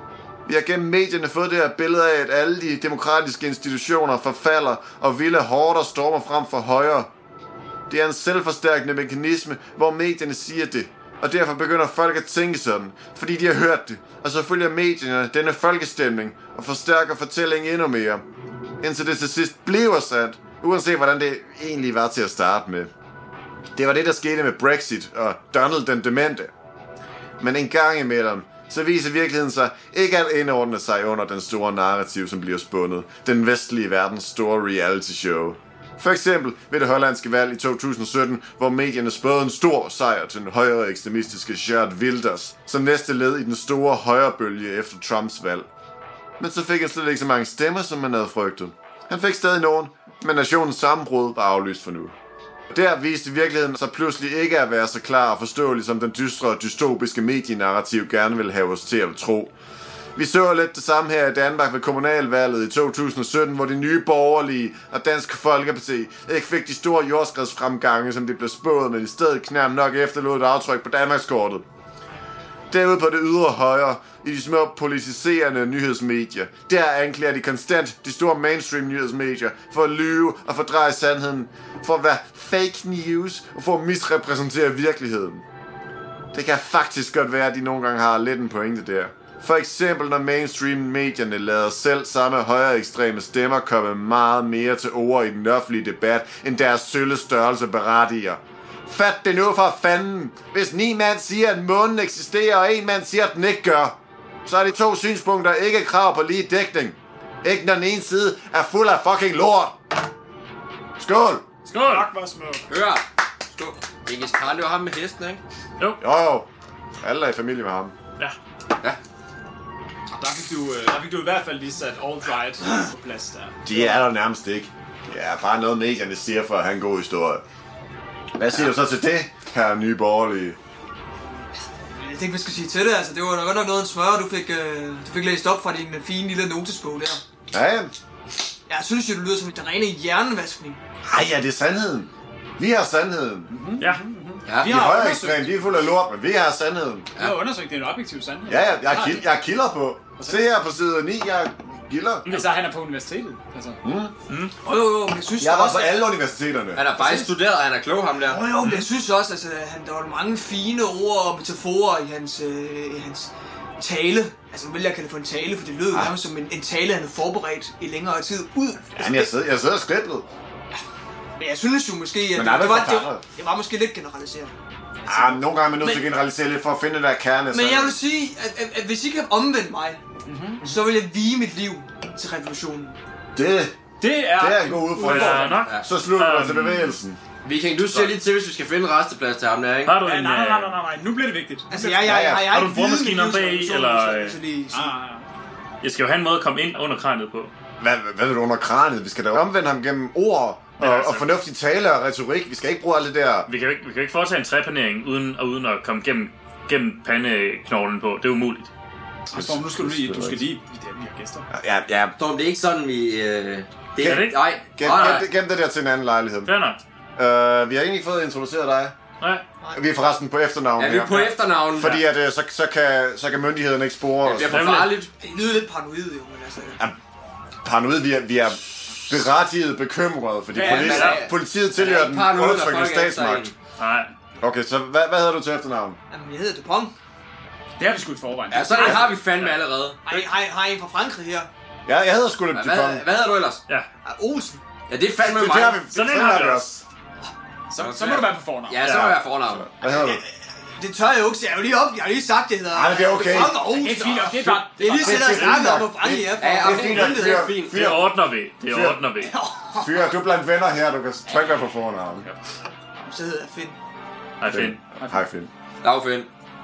Speaker 2: Vi har gennem medierne fået det her billede af, at alle de demokratiske institutioner forfalder, og vilde horder stormer frem for højre. Det er en selvforstærkende mekanisme, hvor medierne siger det, og derfor begynder folk at tænke sådan, fordi de har hørt det, og så følger medierne denne folkestemning og forstærker fortællingen endnu mere, indtil det til sidst bliver sandt, uanset hvordan det egentlig var til at starte med. Det var det, der skete med Brexit og Donald den demente. Men en gang imellem, så viser virkeligheden sig ikke at indordne sig under den store narrativ, som bliver spundet. Den vestlige verdens store reality show. For eksempel ved det hollandske valg i to tusind sytten, hvor medierne spåede en stor sejr til den højre ekstremistiske Geert Wilders, som næste led i den store højrebølge efter Trumps valg. Men så fik han slet ikke så mange stemmer, som man havde frygtet. Han fik stadig nogen, men nationens sammenbrud var aflyst for nu. Der viste virkeligheden så pludselig ikke at være så klar og forståelig, som den dystre og dystopiske medienarrativ gerne vil have os til at tro. Vi så lidt det samme her i Danmark ved kommunalvalget i to tusind sytten, hvor de nye borgerlige og Dansk Folkeparti ikke fik de store jordskredsfremgange, som det blev spået, men i stedet knap nok efterlod et aftryk på Danmarkskortet. Derude på det ydre højre, i de små politiserende nyhedsmedier, der anklager de konstant de store mainstream nyhedsmedier for at lyve og fordreje sandheden, for at være fake news og for at misrepræsentere virkeligheden. Det kan faktisk godt være, at de nogle gange har lidt en pointe der. For eksempel når mainstream-medierne lader selv samme højere ekstreme stemmer komme meget mere til ord i den offentlige debat, end deres sølle størrelse berettiger. Fat det nu for fanden! Hvis ni mand siger, at månen eksisterer, og en mand siger, at den ikke gør, så er de to synspunkter ikke krav på lige dækning. Ikke når den ene side er fuld af fucking lort. Skål!
Speaker 1: Skål!
Speaker 3: Fuck, hvor smukt.
Speaker 4: Hør! Skål. Genghis Khan, det var ham med hesten, ikke?
Speaker 1: Jo.
Speaker 2: Jo jo, alle er i familie med ham.
Speaker 1: Ja.
Speaker 4: Ja.
Speaker 3: Der fik, du, øh, der fik du i hvert fald lige sat alt-right på plads der.
Speaker 2: De er der nærmest ikke. Det er bare noget medierne siger for at have en god historie. Hvad siger ja. du så til det, her nye borgerlige?
Speaker 5: Jeg tænkte, vi skal sige til det. Altså, det var godt nok noget af en smør, du fik, øh, du fik læst op fra din fine lille notesbog der.
Speaker 2: Ja,
Speaker 5: Jeg synes jo, du lyder som den rene hjernevaskning.
Speaker 2: ej, ja, det er sandheden. Vi har sandheden.
Speaker 5: Mm-hmm.
Speaker 1: Ja.
Speaker 4: Ja.
Speaker 5: Vi
Speaker 2: De
Speaker 5: har
Speaker 2: højere
Speaker 5: undersøgt-
Speaker 2: ekstreme, de er fulde af lort, men vi har sandheden.
Speaker 3: Du har undersøgt, det er en objektiv sandhed.
Speaker 2: Ja, ja, jeg har, kil- jeg har kilder på. Se her på side ni, jeg har kilder.
Speaker 3: Men så han er på universitetet. Altså.
Speaker 5: Jo, jo, jo, men jeg synes
Speaker 2: Jeg var
Speaker 5: også,
Speaker 2: på
Speaker 5: at-
Speaker 2: alle universiteterne.
Speaker 4: Han har faktisk studeret, han er klog, ham der.
Speaker 5: Jo, jo, men jeg synes også, altså, at han, der var mange fine ord og metaforer i hans, øh, i hans tale. Altså, nu vil jeg kalde det for en tale, for det lød nærmest som en, en tale, han havde forberedt i længere tid ud.
Speaker 2: Jamen, jeg sidder, jeg sidder og skriblet.
Speaker 5: Men jeg synes jo måske, at
Speaker 2: Men
Speaker 5: det,
Speaker 2: er det
Speaker 5: det, var, det,
Speaker 2: forfattet?
Speaker 5: det var måske lidt generaliseret.
Speaker 2: Ah, nogle gange er man nødt til at generalisere lidt for at finde der kerne.
Speaker 5: Men jeg vil sige, at, at, at hvis I kan omvende mig, mm-hmm. så vil jeg vige mit liv til revolutionen.
Speaker 2: Det,
Speaker 3: Det er...
Speaker 2: det er en god
Speaker 1: Fair
Speaker 2: udfordring.
Speaker 1: nok.
Speaker 4: Ja.
Speaker 2: Så slutter vi
Speaker 1: Um,
Speaker 2: til bevægelsen.
Speaker 4: Viking, du siger lige til, hvis vi skal finde resteplads til ham der, ikke?
Speaker 1: Har du
Speaker 3: Ja,
Speaker 1: en...
Speaker 3: nej, nej, nej,
Speaker 1: øh,
Speaker 3: nej, nej, nu bliver det vigtigt.
Speaker 5: Altså, jeg, jeg, jeg, jeg, jeg
Speaker 1: Har du
Speaker 5: ikke videt
Speaker 1: boremaskiner
Speaker 5: mit livs
Speaker 1: bag i,
Speaker 5: revolution,
Speaker 1: eller,
Speaker 5: så-
Speaker 1: øh?
Speaker 5: så lige sige.
Speaker 3: Ah,
Speaker 1: Jeg skal jo have en måde at komme ind under kraniet på.
Speaker 2: Hvad, hvad vil du under kraniet? Vi skal da omvende ham gennem ord og,
Speaker 1: Ja, altså.
Speaker 2: og fornuftig tale og retorik. Vi skal ikke bruge alt det der...
Speaker 1: Vi kan jo ikke, vi kan jo ikke foretage en trepanering uden, og uden at komme gennem, gennem pandeknoglen på. Det er umuligt.
Speaker 3: Storm, nu skal du lige... Du skal lige... Vi vi har gæster.
Speaker 2: Ja, ja.
Speaker 4: Storm, det er ikke sådan, vi... Øh... Det
Speaker 1: Er det ikke?
Speaker 4: Nej.
Speaker 2: Gem,
Speaker 4: Nej, nej.
Speaker 2: gem, gem det der til en anden lejlighed.
Speaker 1: Fair nok.
Speaker 2: Uh, vi har egentlig ikke fået introduceret dig.
Speaker 1: Nej.
Speaker 2: Vi er forresten på efternavn
Speaker 4: Ja, vi er
Speaker 2: her.
Speaker 4: på efternavn.
Speaker 2: Fordi at, øh, så, så, kan, så kan myndighederne ikke spore os.
Speaker 4: Det bliver for farligt.
Speaker 5: Det lyder lidt paranoid, jo, men altså...
Speaker 2: Paranoid, vi er, vi er berettiget bekymrede, fordi
Speaker 3: Ja, ja,
Speaker 2: politi-
Speaker 4: men er-
Speaker 2: politiet tilhører
Speaker 4: er
Speaker 2: den
Speaker 4: ikke paranoid, når
Speaker 2: undertrykkende
Speaker 4: folk er efter
Speaker 2: statsmagt.
Speaker 1: Nej.
Speaker 2: Okay, så hvad, hvad hedder du til efternavn?
Speaker 5: Jamen, jeg hedder Dupont.
Speaker 3: Det har vi sgu i forvejen.
Speaker 4: Ja, så det har vi fandme allerede.
Speaker 5: Har I, har, I, har I en fra Frankrig her?
Speaker 2: Ja, jeg hedder sgu da
Speaker 4: Hvad,
Speaker 2: Dupont.
Speaker 4: hvad hedder du ellers?
Speaker 1: Ja.
Speaker 5: Ah, Olsen.
Speaker 4: Ja, det er fandme
Speaker 2: Det,
Speaker 4: mig.
Speaker 2: det har vi,
Speaker 1: Sådan en
Speaker 2: sådan
Speaker 1: har
Speaker 2: har
Speaker 1: vi
Speaker 2: vi
Speaker 1: også.
Speaker 2: også.
Speaker 3: Så, så må du være på fornavn.
Speaker 4: Ja, så må jeg være fornavn.
Speaker 2: Hvad hedder du?
Speaker 5: Det tør jeg jo ikke, så jeg er jo lige op. Jeg har lige sagt, det hedder...
Speaker 2: Ej, det er okay.
Speaker 5: Dupont og Olsen.
Speaker 3: Det er fint nok, det er bare...
Speaker 5: Det er lige siddet og
Speaker 2: det er
Speaker 5: snakket
Speaker 2: fint
Speaker 5: om,
Speaker 2: nok.
Speaker 5: hvor Frankrig er.
Speaker 4: Ja, ja,
Speaker 5: for-
Speaker 4: okay,
Speaker 2: fint nok,
Speaker 4: det
Speaker 2: fyr.
Speaker 4: er fint.
Speaker 1: Det ordner vi. Det
Speaker 2: Fyr.
Speaker 1: ordner vi.
Speaker 2: Fyr, du er blandt venner her, du kan trykke dig på fornavn.
Speaker 5: Så hedder jeg Finn.
Speaker 1: Nej, fint.
Speaker 2: Hej, Finn.
Speaker 4: Dag, Finn.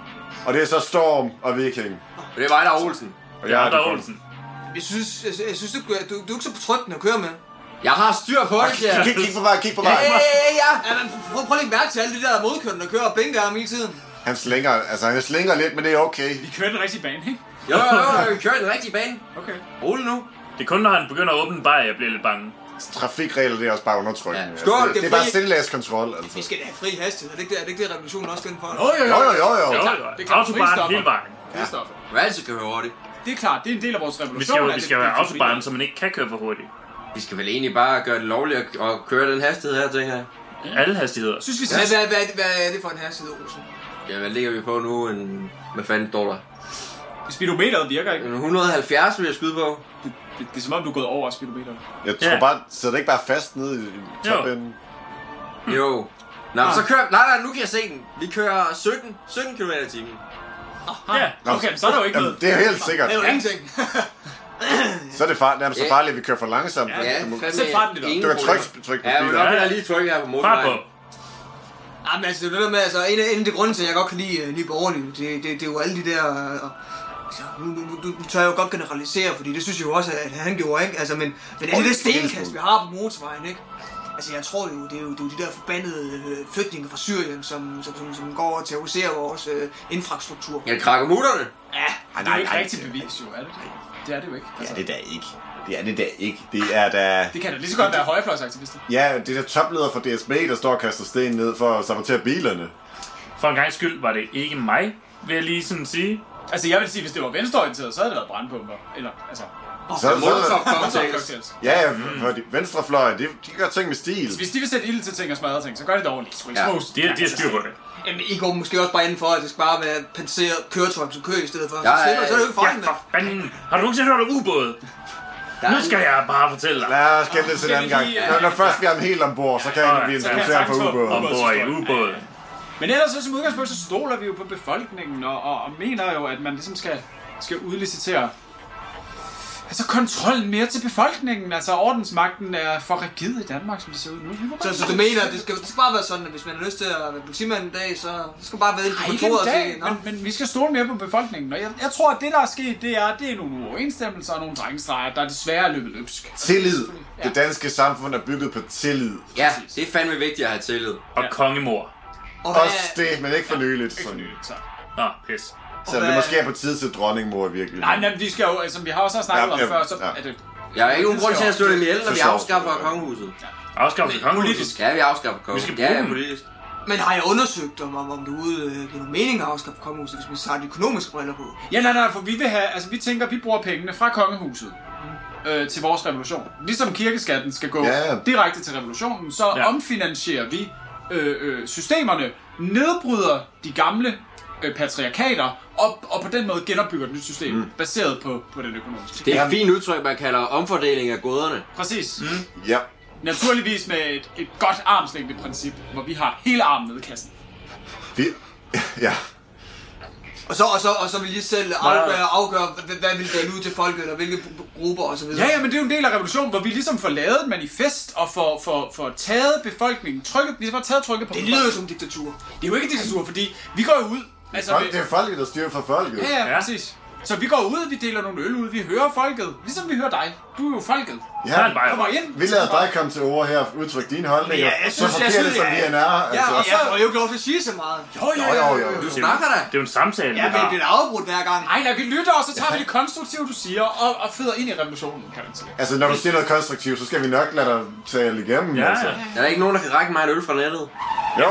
Speaker 2: Og det er så Storm og Viking.
Speaker 4: Det er mig, der er Olsen.
Speaker 2: Og
Speaker 1: Jeg er der
Speaker 2: Dupont.
Speaker 1: Olsen.
Speaker 5: Jeg synes, jeg, jeg synes du, du, du er ikke så betryggende at køre med.
Speaker 4: Jeg har styr på det, siger jeg.
Speaker 2: Kig, kig på vej, kig på vej.
Speaker 4: Ja, ja, ja.
Speaker 5: Ja, men prøv, prøv lige at mærke til alle de der modkørende, der kører og bænker ham hele tiden.
Speaker 2: Han slænger, altså han slænger lidt, men det er okay.
Speaker 3: Vi kører den rigtige bane, ikke?
Speaker 4: Jo, jo, jo, vi kører den rigtige bane.
Speaker 3: Okay.
Speaker 4: Rolig nu.
Speaker 1: Det er kun, når han begynder at åbne en bajer, jeg bliver lidt bange.
Speaker 2: Trafikregler, det er også bare undertrykkende.
Speaker 4: Ja. Skål,
Speaker 2: Altså, det,
Speaker 5: det
Speaker 2: det
Speaker 5: er
Speaker 2: er bare
Speaker 5: fri-
Speaker 2: stillelagskontrol, altså.
Speaker 5: Vi skal da have fri hastighed. Er det ikke det, er det, ikke det revolutionen også går ind for?
Speaker 3: Jo, jo,
Speaker 2: Jo, jo, jo, jo.
Speaker 1: Jo,
Speaker 3: klart.
Speaker 1: jo.
Speaker 3: Det er klart.
Speaker 1: Autobahn
Speaker 3: Fristoffer.
Speaker 1: hele vejen.
Speaker 3: Kristoffer.
Speaker 4: Du altid kan høre hurtigt.
Speaker 3: det er klart. Det er en del af vores revolution.
Speaker 1: Vi skal jo, vi
Speaker 3: det,
Speaker 1: skal
Speaker 3: det,
Speaker 1: være
Speaker 3: det,
Speaker 1: autobahn, så man ikke kan køre for hurtigt.
Speaker 4: Vi skal vel egentlig bare gøre det lovligt at, at køre den hastighed her, tænker jeg.
Speaker 1: Alle hastigheder.
Speaker 3: Synes vi
Speaker 5: Hvad,
Speaker 3: skal...
Speaker 5: hvad, hvad, hvad er det for en hastighed, Olsen?
Speaker 4: Ja, hvad ligger vi på nu? En... Hvad fanden står der?
Speaker 3: Speedometeret virker ikke.
Speaker 4: En et hundrede og halvfjerds vil jeg skyde på.
Speaker 3: Det, det, det er som om, du er gået over speedometeret.
Speaker 2: Jeg tror
Speaker 1: Ja.
Speaker 2: bare, så det ikke bare fast nede i topenden.
Speaker 4: Jo. Nå, men så kører... Nej, nej, nu kan jeg se den. Vi kører sytten, sytten kilometer i timen.
Speaker 3: Ja, okay, så er der jo ikke
Speaker 2: Jamen,
Speaker 3: noget.
Speaker 2: det er helt sikkert.
Speaker 5: Det er jo ingenting.
Speaker 2: Så er det far, nærmest så
Speaker 4: Ja.
Speaker 2: farligt, at vi kører for langsomt.
Speaker 4: Ja,
Speaker 2: Du må-
Speaker 4: fandme
Speaker 3: Sæt farten lidt op.
Speaker 4: ingen
Speaker 2: Du kan
Speaker 4: problemer.
Speaker 2: trykke tryk på
Speaker 4: Ja, men
Speaker 2: speederen.
Speaker 4: nok vil jeg lige trykke her på
Speaker 1: Fart
Speaker 4: motorvejen.
Speaker 1: på.
Speaker 5: Jamen altså, det er noget med, altså, en af, en af de grunde til, at jeg godt kan lide uh, Nye Borgerlige, det, det, det er jo alle de der... Uh, altså, nu, nu, nu, nu tør jeg jo godt generalisere, fordi det synes jeg jo også, at han gjorde, ikke? Altså, men, men alle det stenkast, vi har på motorvejen, ikke? Altså, jeg tror jo, det er jo, det er jo de der forbandede øh, flygtninge fra Syrien, som, som, som, som går og terroriserer vores øh, infrastruktur.
Speaker 4: Ja, krakkermutterne.
Speaker 5: Ja,
Speaker 3: Det er jo ikke rigtigt bevis, jo, er det det? Det er det jo ikke. Altså,
Speaker 2: Ja, det er da ikke. Det er det da ikke. Det er da...
Speaker 3: det kan da lige så godt være højrefløjsaktivister.
Speaker 2: Ja, det er der topleder for D S B, der står og kaster sten ned for at sabotere bilerne.
Speaker 1: For en gang skyld var det ikke mig, vil jeg lige sådan sige.
Speaker 3: Altså, jeg vil sige, hvis det var venstreorienteret, så havde det været brandpumper. Eller, altså...
Speaker 2: Så, så,
Speaker 4: Molotov
Speaker 3: Molotov
Speaker 4: cocktails.
Speaker 3: cocktails.
Speaker 2: ja, ja, for de venstrefløjen, de, de gør ting med stil.
Speaker 3: Hvis de vil sætte ild til ting og smadre ting, så gør det dog lige.
Speaker 4: Ja.
Speaker 1: De, de har styr på det.
Speaker 5: jamen, I går måske også bare ind for, at det skal bare være panseret køretøj, som kører i stedet for.
Speaker 4: Ja,
Speaker 5: Så slipper,
Speaker 4: ja,
Speaker 5: så er det jo ikke
Speaker 1: Ja,
Speaker 5: farligt.
Speaker 1: for fanden. Har du nogensinde hørt om ubåde? Nu skal jeg bare fortælle dig.
Speaker 2: Lad os gemme det til en anden gang. Når, når først vi har dem helt ombord, så kan vi
Speaker 3: så kan jeg
Speaker 2: introducere for
Speaker 3: sagtens få-
Speaker 2: ubåden.
Speaker 1: Ombord i ubåde.
Speaker 3: Men ellers så som udgangspunkt, så stoler vi jo på befolkningen, og, og, og mener jo, at man ligesom skal, skal udlicitere altså kontrollen mere til befolkningen. Altså ordensmagten er for rigid i Danmark, som det ser ud nu.
Speaker 5: Så, så du mener, at det skal, det skal bare være sådan, at hvis man har lyst til at være politimand en dag, så det skal bare være inde på
Speaker 3: Nej, ikke en
Speaker 5: kontoret og
Speaker 3: dag,
Speaker 5: sige, "Nå."
Speaker 3: men, men vi skal stole mere på befolkningen. Og jeg, jeg tror, at det, der er sket, det er, det er nogle uoverensstemmelser og nogle drengestreger, der desværre er løbet løbsk.
Speaker 2: Tillid.
Speaker 3: Ja.
Speaker 2: Det danske samfund er bygget på tillid.
Speaker 4: Ja, det er fandme vigtigt at have tillid.
Speaker 1: Og
Speaker 3: Ja.
Speaker 1: kongemor.
Speaker 5: Og hvad,
Speaker 2: Også det, men ikke for nyligt.
Speaker 3: Ikke for
Speaker 2: Sådan.
Speaker 3: nyligt, så.
Speaker 1: Nå, pis.
Speaker 2: Så det måske er på tid til dronningmor virkelig.
Speaker 3: Nej, men vi skal jo, altså vi har også snakket
Speaker 2: Ja,
Speaker 3: om
Speaker 2: ja,
Speaker 3: før, så
Speaker 2: ja.
Speaker 3: er det...
Speaker 4: Jeg har ikke nogen grund til at slå dem ihjel, når vi
Speaker 2: For sjov.
Speaker 4: afskaffer kongehuset.
Speaker 1: Afskaffelse af kongehuset.
Speaker 3: politisk.
Speaker 4: Ja, vi afskaffer
Speaker 1: Vi
Speaker 4: kongehuset.
Speaker 1: skal bruge
Speaker 4: Ja, ja,
Speaker 1: dem.
Speaker 4: politisk.
Speaker 5: men har jeg undersøgt, om, om, om det ude øh, giver nogen mening at afskaffe kongehuset, hvis man tager de økonomiske briller på?
Speaker 3: Ja, nej, nej, for vi vil have, altså vi tænker, vi bruger pengene fra kongehuset øh, til vores revolution. Ligesom kirkeskatten skal gå
Speaker 2: Ja.
Speaker 3: direkte til revolutionen, så
Speaker 1: Ja.
Speaker 3: ja. omfinansierer vi øh, øh, systemerne, nedbryder de gamle øh, patriarkater, og, og på den måde genopbygger et nyt system, mm. baseret på, på den økonomiske.
Speaker 4: Det er et fint udtryk, man kalder omfordeling af goderne.
Speaker 3: Præcis. Mm.
Speaker 2: Ja.
Speaker 3: Naturligvis med et, et godt armslængdeprincip, hvor vi har hele armen nede i kassen.
Speaker 2: Vi... Ja.
Speaker 5: Og så, og så, og så vil I selv afgøre, afgøre hvad, hvad vil dele ud til folket, eller hvilke grupper og så videre.
Speaker 3: Ja, ja, men det er jo en del af revolutionen, hvor vi ligesom får lavet et manifest og får, får, får taget befolkningen, trykket, vi får taget trykket på
Speaker 5: Det lyder
Speaker 3: befolkningen.
Speaker 5: jo som diktatur.
Speaker 3: Det er jo ikke et diktatur, fordi vi går jo ud. Altså,
Speaker 2: Folk,
Speaker 3: vi,
Speaker 2: det er folket, der styrer for folket.
Speaker 3: ja, ja,
Speaker 1: Ja.
Speaker 3: præcis. Så vi går ud, vi deler nogle øl ud, vi hører folket. Ligesom vi hører dig. Du er jo folket.
Speaker 2: Ja.
Speaker 1: Der er en bajer.
Speaker 3: Kommer ind.
Speaker 2: Vi lader dig komme til ord her og udtrykke dine holdninger.
Speaker 5: Ja, jeg synes,
Speaker 2: så
Speaker 5: jeg
Speaker 2: forkert
Speaker 5: synes,
Speaker 2: det, som
Speaker 5: ja.
Speaker 2: vi end er.
Speaker 5: Ja,
Speaker 2: Altså.
Speaker 5: og jeg får jo ikke lov til at sige så meget.
Speaker 3: Jo, jo,
Speaker 2: Jo, jo, jo.
Speaker 4: Du snakker da.
Speaker 1: Det er jo en samtale,
Speaker 5: Ja,
Speaker 1: vi
Speaker 5: men
Speaker 1: har.
Speaker 5: det bliver afbrudt hver gang.
Speaker 3: Nej, nej, vi lytter, og så tager vi det konstruktive, du siger, og, og føder ind i revolutionen, kan man sige.
Speaker 2: Altså, når du siger noget konstruktivt, så skal vi nok lade dig tale igennem.
Speaker 1: Ja,
Speaker 2: altså.
Speaker 1: ja.
Speaker 4: Der er ikke nogen, der kan række mig en øl fra nettet.
Speaker 2: Jo.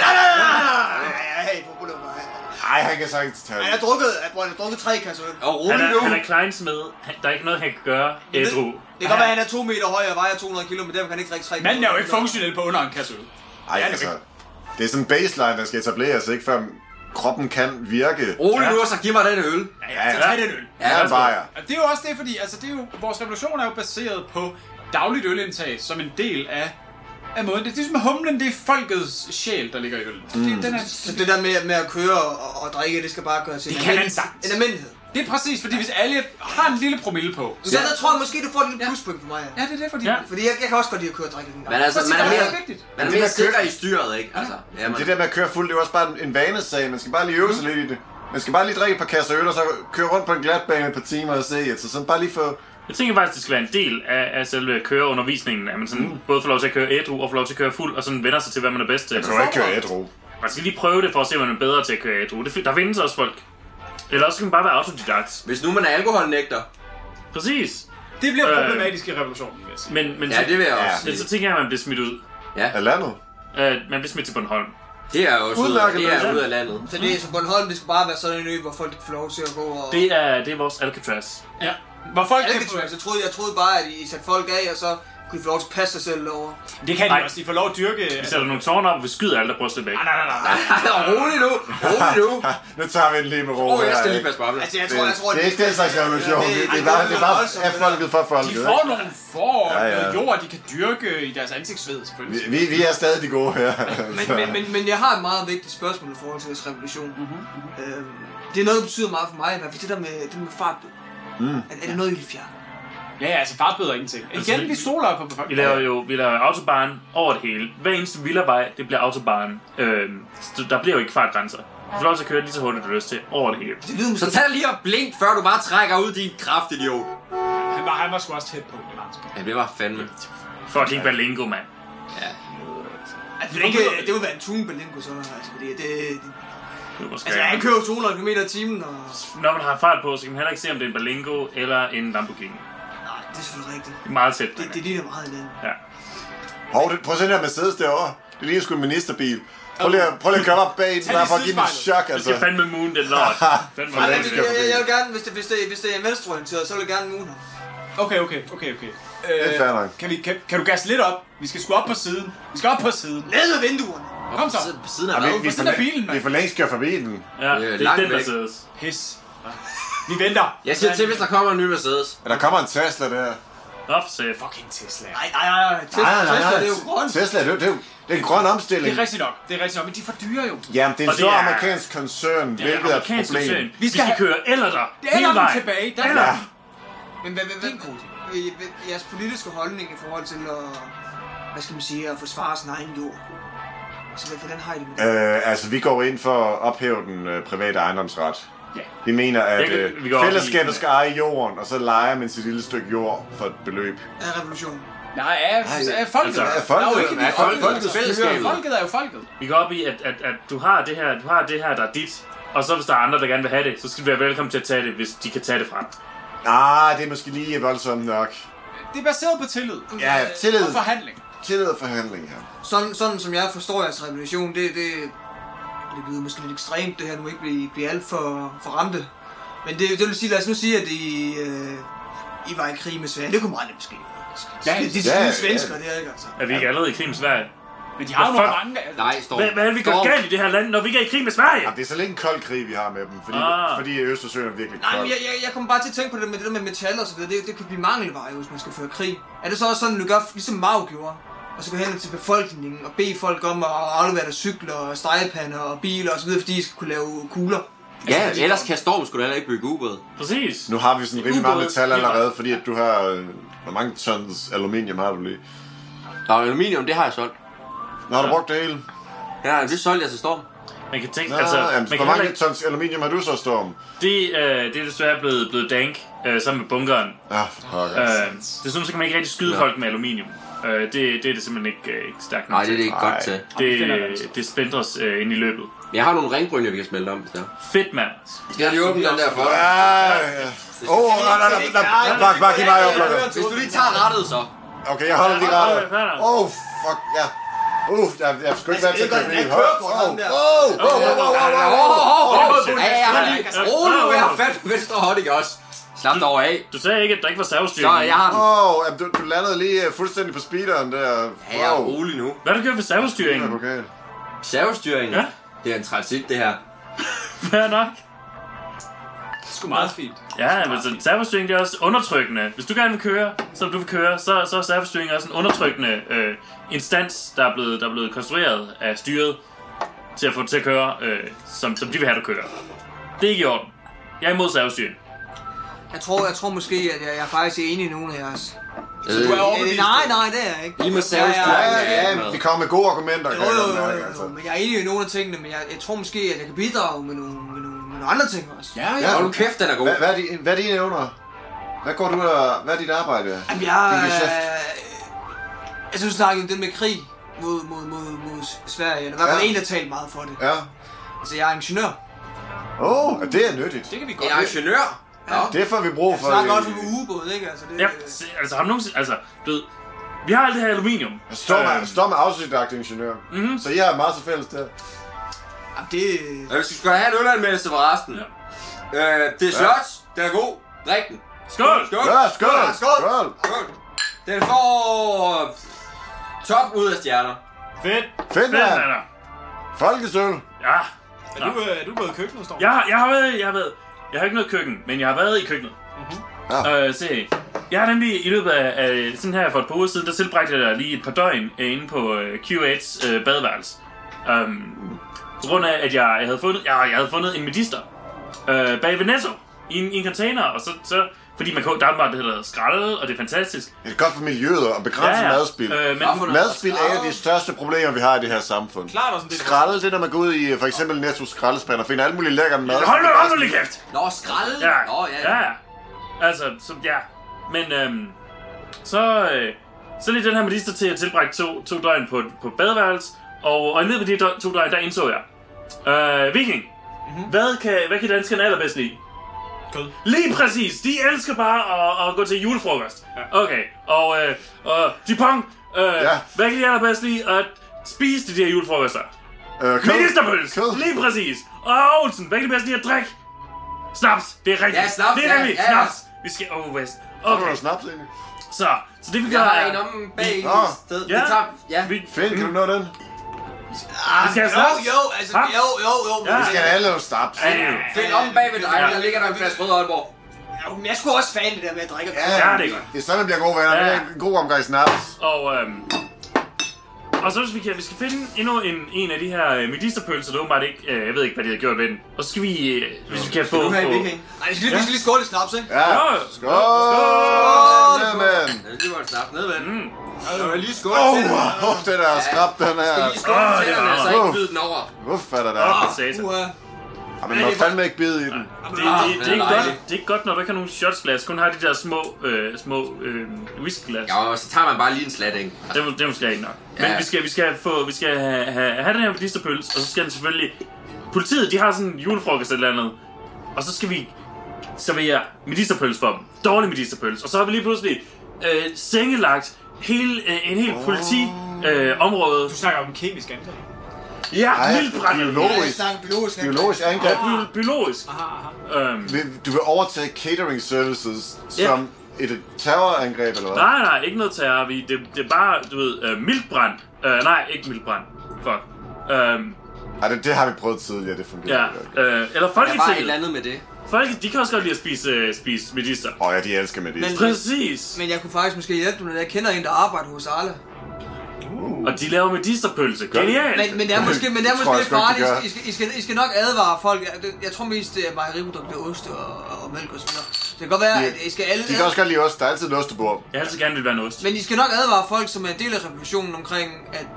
Speaker 5: Hey, hvor
Speaker 2: Ej, han kan sagtens tale.
Speaker 5: Jeg har drukket, jeg har drukket tre kasser øl.
Speaker 4: Og
Speaker 1: Han
Speaker 4: rolig
Speaker 1: er,
Speaker 4: nu.
Speaker 1: han er kleinsmed. Han- Der er ikke noget, han kan gøre. Ædru.
Speaker 5: Det kan godt være, at han er to meter høj og vejer to hundrede kilo, men derfor kan han ikke drikke tre
Speaker 3: Manden er jo ikke funktionel på under en kasse øl.
Speaker 2: Ej, altså. Det er sådan en baseline, der skal etableres, ikke før kroppen kan virke.
Speaker 4: Rolig
Speaker 1: Ja.
Speaker 4: nu, og så giv mig den øl.
Speaker 3: Ja, ja, så tag den øl.
Speaker 2: Ja, bare ja.
Speaker 3: Og det er jo også det, fordi altså, det er jo, vores revolution er jo baseret på dagligt ølindtag som en del af, af måden. Det er ligesom humlen, det er folkets sjæl, der ligger i øllen. Mm. Det, den er,
Speaker 5: Så det der med, med at køre og, og drikke, det skal bare gøre til
Speaker 3: Det
Speaker 5: en,
Speaker 3: kan man
Speaker 5: almindelig-
Speaker 3: sagtens.
Speaker 5: en almindelighed.
Speaker 3: det er præcis, fordi hvis alle har en lille promille på,
Speaker 5: Så der tror jeg måske, du får et lille pluspoint for mig. Ja.
Speaker 3: ja, det er det, fordi...
Speaker 1: Ja.
Speaker 5: Fordi jeg, jeg kan også godt lide at køre og drikke den gang.
Speaker 4: Men altså, man er
Speaker 3: det
Speaker 4: mere,
Speaker 3: er vigtigt.
Speaker 4: man er
Speaker 2: Det
Speaker 4: mere
Speaker 2: der kø-
Speaker 4: sikker i styret, ikke? Altså, ja, man.
Speaker 2: Det der med at køre fuld, det er jo også bare en- en vanesag. Man skal bare lige øve sig lidt i det. Man skal bare lige drikke et par kasser øl, og så køre rundt på en glatbane et par timer og se. Altså sådan bare lige få...
Speaker 1: Jeg tænker faktisk, det skal være en del af, af selve køreundervisningen, at man sådan mm. både får lov til at køre ædru og får lov til at køre fuld, og sådan vender sig til, hvad man er bedst til.
Speaker 2: Man kan jo ikke køre ædru.
Speaker 1: Man skal lige prøve det for at se, om man er bedre til at køre ædru. Det, der findes også folk. Eller også skal man bare være autodidakt.
Speaker 4: Hvis nu man er alkoholnægter.
Speaker 1: Præcis.
Speaker 3: Det bliver
Speaker 1: Øh.
Speaker 3: problematisk i revolutionen, vil jeg sige.
Speaker 1: Men, men,
Speaker 4: Ja,
Speaker 1: så,
Speaker 4: det vil jeg
Speaker 2: Ja.
Speaker 4: også
Speaker 1: men
Speaker 4: sige.
Speaker 1: så tænker jeg, at man bliver smidt ud.
Speaker 2: Af landet.
Speaker 1: Uh, man bliver smidt til Bornholm.
Speaker 4: Det er jo også
Speaker 2: Udmærket
Speaker 4: det er
Speaker 2: løsning.
Speaker 4: ude af landet.
Speaker 5: Så det er så Bornholm, det skal bare være sådan en ø, hvor folk kan få lov til at gå og...
Speaker 1: Det er, det er vores Alcatraz.
Speaker 3: Ja. Hvor folk kan få...
Speaker 5: Alcatraz, jeg troede, jeg troede bare, at I satte folk af, og så kunne de få lov til at passe sig selv derovre.
Speaker 3: Det kan de
Speaker 1: Nej.
Speaker 3: også. De får lov at dyrke...
Speaker 1: Vi sætter nogle tårne op, og vi skyder alt, der bryster væk.
Speaker 3: Nej, nej, nej, nej.
Speaker 4: Rolig nu, rolig nu.
Speaker 2: Nu tager vi en lige med ro.
Speaker 4: Åh, jeg skal
Speaker 2: her,
Speaker 4: lige passe på ham.
Speaker 5: Altså, jeg tror, jeg tror,
Speaker 2: Det er ikke den slags revolution. Det, det, er bare, det er bare af folket for folket.
Speaker 3: De får nogle får
Speaker 2: Ja, ja.
Speaker 3: noget jord, de kan dyrke i deres ansigtsved,
Speaker 2: Vi,
Speaker 3: selvfølgelig.
Speaker 2: vi, vi er stadig de gode her.
Speaker 5: Men, men, men, men jeg har et meget vigtigt spørgsmål i forhold til deres revolution. Mm-hmm. Øhm, det er noget, der betyder meget for mig, i hvert fald det der med, det med fartbød. Mm. Er, er det noget, I vil fjerne?
Speaker 3: Ja, ja, altså fartbøder ingenting.
Speaker 1: Altså,
Speaker 3: Igen, vi stoler på
Speaker 1: Vi
Speaker 3: befolkningen.
Speaker 1: laver jo vi laver autobahn over det hele. Hver eneste villavej, det bliver autobahn. Øhm, så der bliver jo ikke fartgrænser. Du får lov til at køre lige så hurtigt, du har lyst til, over det hele.
Speaker 5: Det lyder måske...
Speaker 4: Så tag lige og blink, før du bare trækker ud din kraftidiot.
Speaker 3: Han var, han var sgu også tæt på, det var han sgu.
Speaker 4: Ja, det var fandme.
Speaker 1: Fucking Berlingo, mand.
Speaker 4: Ja.
Speaker 5: Altså, det, ikke, det vil være en tungebalingo, så altså, fordi det... det
Speaker 1: Det er måske-
Speaker 5: altså, han kører to hundrede kilometer i timen, og...
Speaker 1: Når man har fart på, så kan man heller ikke se, om det er en Berlingo eller en Lamborghini.
Speaker 5: Nej, det er selvfølgelig rigtigt.
Speaker 1: Det er meget tæt.
Speaker 5: Det, det ligner meget hinanden.
Speaker 1: Ja.
Speaker 2: Hov, det, prøv at se den her Mercedes derovre. Det ligner sgu en ministerbil. Prøv lige, at- prøv lige at køre op bag den,
Speaker 3: Tag
Speaker 2: bare
Speaker 3: lige
Speaker 2: for at give mig et
Speaker 3: sidespejlet.
Speaker 2: chok,
Speaker 1: Det
Speaker 2: altså.
Speaker 1: skal fandme moon, den lort. Fandme
Speaker 5: Nej,
Speaker 1: moon,
Speaker 5: jeg,
Speaker 1: det
Speaker 5: jeg,
Speaker 1: der.
Speaker 5: jeg, jeg vil gerne, hvis det, hvis det, hvis det er en venstreorienteret, så vil jeg gerne mune ham.
Speaker 3: Okay, okay, okay, okay.
Speaker 2: Det er fair nok.
Speaker 3: kan, vi, kan, kan du gasse lidt op? Vi skal sgu op på siden. Vi skal op på siden.
Speaker 5: Ned med vinduerne!
Speaker 3: Kom så.
Speaker 4: På siden af
Speaker 2: Ja, vi,
Speaker 4: hvad?
Speaker 2: vi,
Speaker 3: siden af
Speaker 2: for,
Speaker 3: bilen, mand.
Speaker 2: vi for længst kørt forbi den.
Speaker 1: Ja,
Speaker 4: Det er
Speaker 1: det er
Speaker 4: langt
Speaker 1: den, der
Speaker 4: væk.
Speaker 1: sidder.
Speaker 3: Pis. Vi venter.
Speaker 4: Jeg siger til, hvis der kommer en ny Mercedes.
Speaker 2: Ja, der kommer en Tesla der.
Speaker 1: Offset.
Speaker 3: Fucking Tesla.
Speaker 5: Nej, nej, nej, nej. Tesla,
Speaker 2: Nej, nej,
Speaker 5: Tesla,
Speaker 2: nej,
Speaker 5: det er jo grønt.
Speaker 2: Tesla, det er, jo- det er jo det er en grøn omstilling.
Speaker 3: Det er rigtigt nok. Det er rigtigt nok, men de er for dyre jo.
Speaker 2: Jamen, det er en
Speaker 1: Og det
Speaker 2: stor
Speaker 1: er-
Speaker 2: amerikansk koncern,
Speaker 1: Det er
Speaker 2: hvilket er et
Speaker 1: amerikansk
Speaker 2: problem.
Speaker 1: koncern. Vi
Speaker 3: Vi
Speaker 1: skal,
Speaker 3: skal
Speaker 1: køre eller der.
Speaker 3: Det er
Speaker 1: Hele
Speaker 3: dem
Speaker 1: vejen.
Speaker 3: tilbage. Der
Speaker 2: Ja.
Speaker 5: Men hvad, hvad, hvad, hvad, hvad, jeres politiske holdning i forhold til at, hvad skal man sige, at forsvare sin egen jord? Altså, hvad- hvordan har I det med det?
Speaker 2: Øh, altså, vi går ind for at ophæve den øh, private ejendomsret.
Speaker 3: Ja.
Speaker 2: Vi mener, at
Speaker 1: Jeg kan-
Speaker 2: øh,
Speaker 1: vi går op i-
Speaker 2: fællesskabet skal eje jorden, og så leger man sit lille stykke jord for et beløb.
Speaker 5: Er revolution?
Speaker 3: Nej, er, er folket.
Speaker 1: Altså,
Speaker 2: er folket-
Speaker 3: Der er jo ikke
Speaker 2: er
Speaker 3: de
Speaker 2: folket-
Speaker 3: folket,
Speaker 4: fællesskabet.
Speaker 3: Folket er jo folket.
Speaker 1: Vi går op i, at, at, at du har det her, du har det her, der er dit. Og så hvis der er andre, der gerne vil have det, så skal du være velkommen til at tage det, hvis de kan tage det fra.
Speaker 2: Ah, det er måske lige voldsomt nok.
Speaker 3: Det er baseret på tillid.
Speaker 2: Ja, tillid,
Speaker 3: Og forhandling.
Speaker 2: tillid og forhandling her.
Speaker 5: Sådan, sådan som jeg forstår jeres revolution, det, det, det lyder måske lidt ekstremt, det her nu ikke bliver, bliver alt for, for ramte. Men det, det vil sige, lad os nu sige, at I, øh, I var i krig med Sverige. Det kunne meget nemt ske.
Speaker 3: Ja,
Speaker 5: det, det
Speaker 2: ja,
Speaker 5: er
Speaker 2: ja.
Speaker 5: de svensker, det er ikke altså.
Speaker 1: Er vi ikke allerede i krig med Sverige?
Speaker 3: Men de har jo
Speaker 1: Hvad
Speaker 3: nogle
Speaker 1: fuck?
Speaker 3: mange...
Speaker 4: Nej, Storm.
Speaker 1: Hvad, hvad er det, vi gør
Speaker 4: Storm.
Speaker 1: galt i det her land, når vi ikke er i krig med Sverige?
Speaker 2: Ja, det er så lidt en kold krig, vi har med dem, fordi,
Speaker 1: Ah.
Speaker 2: fordi Østersøen er virkelig
Speaker 5: Nej, men
Speaker 2: kold.
Speaker 5: jeg, jeg, jeg kommer bare til at tænke på det med det der med metal og så videre. Det, det kan blive mangelvare, hvis man skal føre krig. Er det så også sådan, du gør, ligesom Mao gjorde? Og så gå hen til befolkningen og bede folk om at aflevere deres cykler og stegepander og biler og så videre, fordi de skal kunne lave kugler.
Speaker 4: Ja, ellers kan Storm sgu da heller ikke bygge ubåd.
Speaker 1: Præcis.
Speaker 2: Nu har vi sådan rimelig meget
Speaker 1: Ubåde.
Speaker 2: metal allerede, fordi at du har... Øh, hvor mange tons aluminium har du lige?
Speaker 4: Nå, aluminium, det har jeg solgt.
Speaker 2: Nå, har du brugt det hele?
Speaker 4: Ja, det solgte jeg til Storm.
Speaker 1: Man kan tænke,
Speaker 2: Nå,
Speaker 1: altså,
Speaker 2: jamen,
Speaker 1: man
Speaker 2: hvor
Speaker 1: kan
Speaker 2: mange
Speaker 1: heller ikke,
Speaker 2: tons aluminium har du så, Storm?
Speaker 1: det, øh, det er desværre blevet, blevet dank, øh, sammen med bunkeren.
Speaker 2: Ja, for pokker.
Speaker 1: Øh, det er sådan, så kan man ikke rigtig skyde
Speaker 4: Ja.
Speaker 1: folk med aluminium. Øh, det, det er det simpelthen ikke, øh, ikke stærkt nok
Speaker 4: Nej, det er det
Speaker 1: til.
Speaker 4: ikke
Speaker 2: Nej.
Speaker 4: godt til.
Speaker 3: Det finder jeg
Speaker 1: Det,
Speaker 3: altså.
Speaker 1: det spændres øh, ind i løbet.
Speaker 4: Jeg har nogle ringbrynjer, vi kan smelte om, hvis det er.
Speaker 1: Fedt, mand.
Speaker 4: Skal jeg lige åbne den der for dig?
Speaker 2: Ja, ja. Åh, nej, nej, nej, nej, bare, bare giv mig op, Lukker.
Speaker 4: Hvis du lige tager rettet, så.
Speaker 2: Okay, jeg holder lige
Speaker 1: Ja,
Speaker 2: ret.
Speaker 1: ja, ja.
Speaker 2: Åh, fuck, ja. Uff, jeg, jeg skulle ikke være til at køre bil.
Speaker 5: kører på ham der.
Speaker 2: Åh, åh, åh, åh, åh, åh.
Speaker 4: Ja, jeg har lige... Rolig nu, jeg har fat på venstre hånd, ikke også? Slap dig over af.
Speaker 1: Du sagde ikke, at der ikke var servostyring.
Speaker 4: Så jeg har den.
Speaker 2: Åh, jamen, du, du landede lige øh, fuldstændig på speederen der.
Speaker 4: Ja, jeg er
Speaker 2: Wow.
Speaker 4: rolig nu.
Speaker 1: Hvad har du gjort ved servostyringen?
Speaker 2: Okay.
Speaker 4: Servostyringen.
Speaker 1: Ja.
Speaker 4: Det er en transit, det her.
Speaker 1: Fair nok.
Speaker 3: Det er sgu meget fint.
Speaker 1: Ja, men så servostyring det er også undertrykkende. Hvis du gerne vil køre, som du vil køre, så, så er servostyring også en undertrykkende øh, instans, der er, blevet, der er blevet konstrueret af styret til at få det til at køre, øh, som, som de vil have, du kører. Det er ikke i orden. Jeg er imod servostyring.
Speaker 5: Jeg tror, jeg tror måske, at jeg, jeg er faktisk enig i nogle af jeres.
Speaker 4: Øh,
Speaker 3: Du er
Speaker 5: Øh,
Speaker 3: overbevist.
Speaker 5: nej, nej, det er jeg ikke.
Speaker 4: Lige med
Speaker 5: Jeg er-
Speaker 4: servostyring.
Speaker 2: Ja, ja, vi kommer med gode argumenter.
Speaker 5: Jo,
Speaker 2: kan jeg
Speaker 5: jo,
Speaker 2: godt
Speaker 5: jo,
Speaker 2: mærke,
Speaker 5: jo,
Speaker 2: altså.
Speaker 5: jo, men jeg er enig i nogle af tingene, men jeg, jeg tror måske, at jeg kan bidrage med nogle, med nogle, med nogle andre ting også.
Speaker 3: Ja, ja.
Speaker 2: Ja.
Speaker 4: Hold nu kæft, den er god.
Speaker 2: Hvad, hvad, er dine, hvad er dine evner? Hvad går du og, hvad er dit arbejde?
Speaker 5: Jamen, jeg...
Speaker 2: Din geschæft.
Speaker 5: Øh, jeg synes, du snakkede om det med krig mod, mod, mod, mod Sverige. Eller i hvert fald
Speaker 2: Ja.
Speaker 5: en, der talte meget for det.
Speaker 2: Ja.
Speaker 5: Altså, jeg er ingeniør.
Speaker 2: Åh, oh, det er nyttigt.
Speaker 3: Det kan vi
Speaker 4: En
Speaker 3: godt lide.
Speaker 4: ingeniør.
Speaker 5: Ja.
Speaker 2: Det får vi brug
Speaker 5: Jeg
Speaker 2: for.
Speaker 5: snakker
Speaker 2: i-
Speaker 5: også om ubåd, ikke? Altså, det,
Speaker 1: Ja, se, altså har du nogensinde, altså, du ved, vi har alt det her aluminium.
Speaker 2: Storm er,
Speaker 1: Øhm,
Speaker 2: Storm er autodidakt ingeniør.
Speaker 1: Mhm.
Speaker 2: Så I har meget til fælles der.
Speaker 5: Det...
Speaker 4: Og hvis du skal have en ølanmeldelse for resten. Ja. Øh, det er shots. Den er god. Drik den.
Speaker 1: Skål!
Speaker 2: Skål! Ja, skål!
Speaker 5: Skål!
Speaker 2: Skål!
Speaker 4: Skål. Den får top ud af stjerner.
Speaker 6: Fedt.
Speaker 2: Fedt,
Speaker 1: Fedt,
Speaker 2: mand!
Speaker 1: Anna.
Speaker 2: Folkesøl!
Speaker 1: Ja.
Speaker 6: Er du, øh, er du gået i køkkenet, Storm?
Speaker 1: Jeg har, jeg har været, jeg har været, jeg har ikke noget køkken, men jeg har været i køkkenet. Mm-hmm. Øh, se, jeg har nemlig i løbet af, af sådan her for et par uger siden, der tilbragte jeg lige et par døgn inde på uh, Q ottes uh, badeværelse. Um, på grund af, at jeg, jeg havde fundet, jeg, jeg havde fundet en medister uh, bag ved Netto i en, i en container, og så, så fordi man kan, der er bare det hedder skralde, og det er fantastisk.
Speaker 2: Det er godt for miljøet og begrænse
Speaker 1: Ja, ja.
Speaker 2: madspil.
Speaker 1: Øh, men-
Speaker 2: Madspil er et af de største problemer, vi har i det her samfund.
Speaker 6: Klart også en del.
Speaker 2: Skralde, det er, når man går ud i for eksempel Netto skraldespand og finder alt muligt lækker mad.
Speaker 1: Hold nu, hold nu lige kæft!
Speaker 4: Nå, skralde.
Speaker 1: Ja,
Speaker 4: Nå, ja,
Speaker 1: ja, ja. Altså, så, ja. Men øhm, så, øh, så lige den her medister til at tilbrække to, to døgn på, på badeværelse, og, og i løbet af de dø- to døgn, der indså jeg. Øh, Viking, mm-hmm. hvad, kan, hvad kan danskerne allerbedst lide?
Speaker 6: Kød.
Speaker 1: Lige præcis! De elsker bare at, at gå til julefrokost. Ja. Okay, og, øh, og Dupont, øh,
Speaker 2: Ja.
Speaker 1: hvad kan de allerbedst lide at spise de der julefrokoster?
Speaker 2: Øh, kød.
Speaker 1: Ministerpøls!
Speaker 2: Kød.
Speaker 1: Lige præcis! Og Olsen, hvad kan de bedst lide at drikke? Snaps! Det er rigtigt!
Speaker 4: Ja, snaps,
Speaker 1: det er
Speaker 4: ja,
Speaker 1: nemlig
Speaker 4: ja, ja.
Speaker 1: snaps! Vi skal... Oh, West.
Speaker 2: Okay.
Speaker 1: Okay,
Speaker 2: Du snaps egentlig?
Speaker 1: så, så det vi gør
Speaker 4: Jeg har
Speaker 1: er...
Speaker 4: en om bag i
Speaker 2: Nå.
Speaker 4: sted.
Speaker 1: Ja.
Speaker 4: Det tager... Ja.
Speaker 1: Vi,
Speaker 2: Fint, kan du nå den?
Speaker 5: Ah,
Speaker 1: Vi skal have
Speaker 5: jo,
Speaker 1: snaps.
Speaker 5: jo, altså,
Speaker 1: Snaps.
Speaker 5: jo, jo, jo.
Speaker 1: Ja.
Speaker 2: Vi skal have alle snaps.
Speaker 1: Ja, ja.
Speaker 4: Find om bag ved dig,
Speaker 1: Ja.
Speaker 4: der ligger der en flaske rød Aalborg.
Speaker 5: Jo, men jeg skulle også fan det der med at drikke.
Speaker 2: Ja,
Speaker 1: Ja, det er godt.
Speaker 2: Det er sådan, det bliver gode venner.
Speaker 1: Ja.
Speaker 2: Det er en god omgang snaps.
Speaker 1: Og, øhm, og så hvis vi kan, vi skal finde endnu en, en af de her øh, medisterpølser, det er åbenbart ikke, øh, jeg ved ikke, hvad de har gjort ved den. Og så skal vi, øh, hvis vi kan få...
Speaker 4: Du har en
Speaker 1: få
Speaker 4: viking.
Speaker 5: Nej, vi skal lige, vi skal lige skåle i snaps, ikke?
Speaker 2: Ja.
Speaker 1: Ja.
Speaker 2: Skål! Skål! Jamen.
Speaker 4: Ja, det var en snap ned ved den.
Speaker 1: Mm.
Speaker 4: Jeg vil lige skåle
Speaker 2: Åh,
Speaker 4: til den.
Speaker 2: wow, den er skrab, den
Speaker 4: Skal
Speaker 2: her.
Speaker 4: lige skåle
Speaker 1: Åh,
Speaker 4: til
Speaker 1: det
Speaker 4: den,
Speaker 1: var
Speaker 4: så
Speaker 2: varmt.
Speaker 4: ikke byde den over.
Speaker 2: Uff, er der der.
Speaker 1: Åh, satan.
Speaker 5: Uh,
Speaker 2: Ja, men man må fandme ikke bide i den.
Speaker 1: Det, det, det, det, er ikke
Speaker 4: nej.
Speaker 1: godt, det er ikke godt, når du ikke har nogen shotsglas, kun har de der små, øh, små øh, whiskyglas.
Speaker 4: Ja, og så tager man bare lige en slat, ikke?
Speaker 1: Det er, det er måske ikke nok. Men
Speaker 4: Ja.
Speaker 1: vi skal, vi skal, få, vi skal have, have, have den her medisterpøls, og så skal den selvfølgelig... Politiet, de har sådan en julefrokost eller andet, og så skal vi servere medisterpøls for dem. Dårlig medisterpøls. Og så har vi lige pludselig øh, sengelagt hele, øh, en hel politiområde. Øh, område.
Speaker 6: Du snakker om kemisk angreb.
Speaker 1: Ja,
Speaker 2: Ej,
Speaker 1: mildbrændt.
Speaker 5: jeg
Speaker 2: biologisk.
Speaker 5: snakker biologisk. ikke?
Speaker 2: Biologisk angreb.
Speaker 1: Ja, bi- biologisk.
Speaker 6: Aha, aha.
Speaker 1: Øhm,
Speaker 2: Vil- Du vil overtage catering services
Speaker 1: Ja.
Speaker 2: som et terrorangreb, eller hvad?
Speaker 1: nej, nej, ikke noget terror. Vi, det, det er bare, du ved, øh, mildbrændt. Øh, nej, ikke mildbrændt. Fuck. Øhm,
Speaker 2: Ej, det, det har vi prøvet tidligere, det fungerer
Speaker 1: ja,
Speaker 2: ikke.
Speaker 1: øh, eller
Speaker 4: Der var et
Speaker 1: Folketinget.
Speaker 4: eller andet med det.
Speaker 1: Folket, de kan også godt lide at spise, øh, spise medister.
Speaker 2: Åh oh, ja, de elsker med det.
Speaker 5: Men-
Speaker 1: Præcis.
Speaker 5: Men jeg kunne faktisk måske hjælpe dig, når jeg kender en, der arbejder hos Arla.
Speaker 1: Og de laver medisterpølse. Genialt.
Speaker 5: Men, men det er måske, men det er
Speaker 2: Det tror
Speaker 5: måske
Speaker 2: jeg sgu ikke, de gør.
Speaker 5: farligt. I skal, I, skal, I skal nok advare folk. Jeg, jeg tror mest, det er mejeriprodukter, ost og, og mælk og så videre. Det kan godt være, at I skal alle...
Speaker 2: De kan også godt lide ost. Der er altid en ostebord.
Speaker 1: Jeg har altid gerne vil være en ost.
Speaker 5: Men I skal nok advare folk, som er en del af revolutionen omkring, at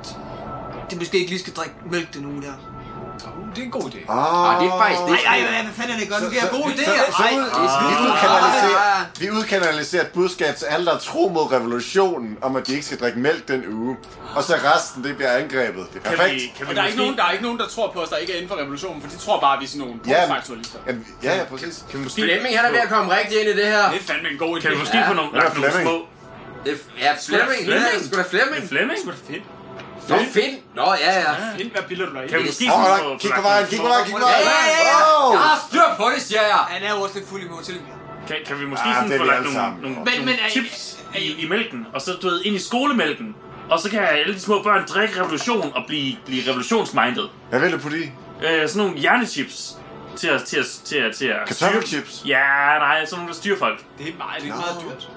Speaker 5: de måske ikke lige skal drikke mælk den uge der.
Speaker 6: Uh, det er en god idé.
Speaker 2: Ah,
Speaker 4: Ah, det er faktisk det.
Speaker 5: Ej, ej, hvad fanden er det godt? Nu giver jeg gode
Speaker 2: så-
Speaker 5: idéer.
Speaker 2: så-
Speaker 5: Ej,
Speaker 2: så- Vi udkanaliserer, vi udkanaliserer et budskab til alle, der tror mod revolutionen, om at de ikke skal drikke mælk den uge. Og så resten, det bliver angrebet. Det er
Speaker 1: Kan
Speaker 2: perfekt.
Speaker 1: vi, kan vi
Speaker 6: Og der er, ikke
Speaker 1: måske,
Speaker 6: nogen, der er ikke nogen, der tror på os, der ikke er inden for revolutionen, for de tror bare, at vi er sådan nogle
Speaker 2: Ja,
Speaker 6: postfaktualister.
Speaker 2: Ja, ja, ja, præcis.
Speaker 1: kan vi måske,
Speaker 4: Flemming, han er ved at komme rigtig ind i det her.
Speaker 6: Det er fandme en god idé.
Speaker 1: kan vi måske
Speaker 4: Ja.
Speaker 1: få nogle,
Speaker 2: Hvem er
Speaker 1: lagt nogle
Speaker 2: Flemming?
Speaker 1: små...
Speaker 4: Det er, ja, Flemming.
Speaker 1: Flemming.
Speaker 4: Ja, sgu da Flemming.
Speaker 1: Med Flemming?
Speaker 6: Det er sgu da fedt.
Speaker 4: Nå, Finn. Nå, ja, ja.
Speaker 6: Fedt, hvad billeder du der
Speaker 1: Kan vi
Speaker 6: i?
Speaker 1: måske
Speaker 2: Åh,
Speaker 1: sådan
Speaker 2: oh,
Speaker 1: få-
Speaker 2: kig
Speaker 1: få
Speaker 2: på
Speaker 1: lagt
Speaker 2: vejen,
Speaker 1: nogle
Speaker 2: kig
Speaker 1: små-
Speaker 2: på vejen, kig på
Speaker 4: Ja,
Speaker 2: vejen.
Speaker 4: ja, ja, ja.
Speaker 2: Wow.
Speaker 4: Jeg har styr på det, siger jeg.
Speaker 5: han er jo også lidt fuld i mod til.
Speaker 1: Kan, kan vi måske
Speaker 2: Ah,
Speaker 1: sådan
Speaker 2: det er
Speaker 1: få
Speaker 2: vi
Speaker 1: lagt
Speaker 2: alle
Speaker 1: nogle,
Speaker 2: sammen.
Speaker 1: nogle,
Speaker 5: Men-
Speaker 1: nogle
Speaker 5: men er I-
Speaker 1: chips i, i mælken, og så du ved, ind i skolemælken, og så kan alle de små børn drikke revolution og blive, blive revolutionsmindet.
Speaker 2: Hvad vil du putte i?
Speaker 1: Øh, sådan nogle hjernechips til at, til at, til at, til at
Speaker 2: Kartoffelchips?
Speaker 1: styre- Ja, nej, sådan nogle, der styrer folk.
Speaker 6: Det er meget, det er meget dyrt.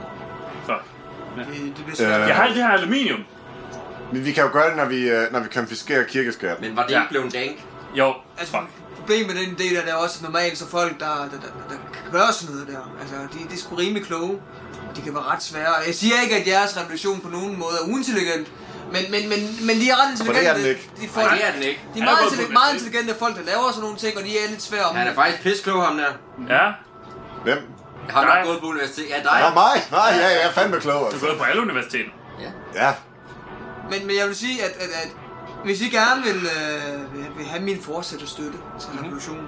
Speaker 1: Fuck.
Speaker 5: Det, det bliver svært.
Speaker 2: Øh.
Speaker 1: Jeg har alt det her aluminium.
Speaker 2: Men vi kan jo gøre det, når vi, øh, når vi konfiskerer kirkeskatten.
Speaker 4: Men var det
Speaker 1: Ja.
Speaker 4: ikke blevet dank?
Speaker 1: Jo,
Speaker 5: Altså,
Speaker 1: fuck.
Speaker 5: problemet med den del er det også normalt, så folk, der, der, der, der kan gøre sådan noget der, altså, de, de er sgu rimelig kloge. De kan være ret svære. Jeg siger ikke, at jeres revolution på nogen måde er uintelligent, men, men, men, men de er ret
Speaker 2: For det er den
Speaker 5: intelligente.
Speaker 2: ikke.
Speaker 5: De,
Speaker 4: Nej,
Speaker 5: folk,
Speaker 4: det er den ikke.
Speaker 5: de er
Speaker 1: Han er
Speaker 5: meget,
Speaker 1: gået på
Speaker 5: intelligente, meget
Speaker 1: universitet.
Speaker 5: intelligente folk, der laver sådan nogle ting, og de er lidt svære om.
Speaker 4: Han er faktisk pisklog, ham der.
Speaker 1: Ja,
Speaker 2: Hvem?
Speaker 4: Jeg har
Speaker 1: Dig.
Speaker 4: nok gået på universitet. Ja, dig.
Speaker 2: Nå, mig? Nej, ja, jeg er fandme klog.
Speaker 1: du er
Speaker 2: Altså.
Speaker 1: gået på alle universiteter.
Speaker 2: Ja.
Speaker 5: Men, men jeg vil sige, at, at, at hvis I gerne vil, øh, vil, vil have min fortsatte støtte til revolutionen,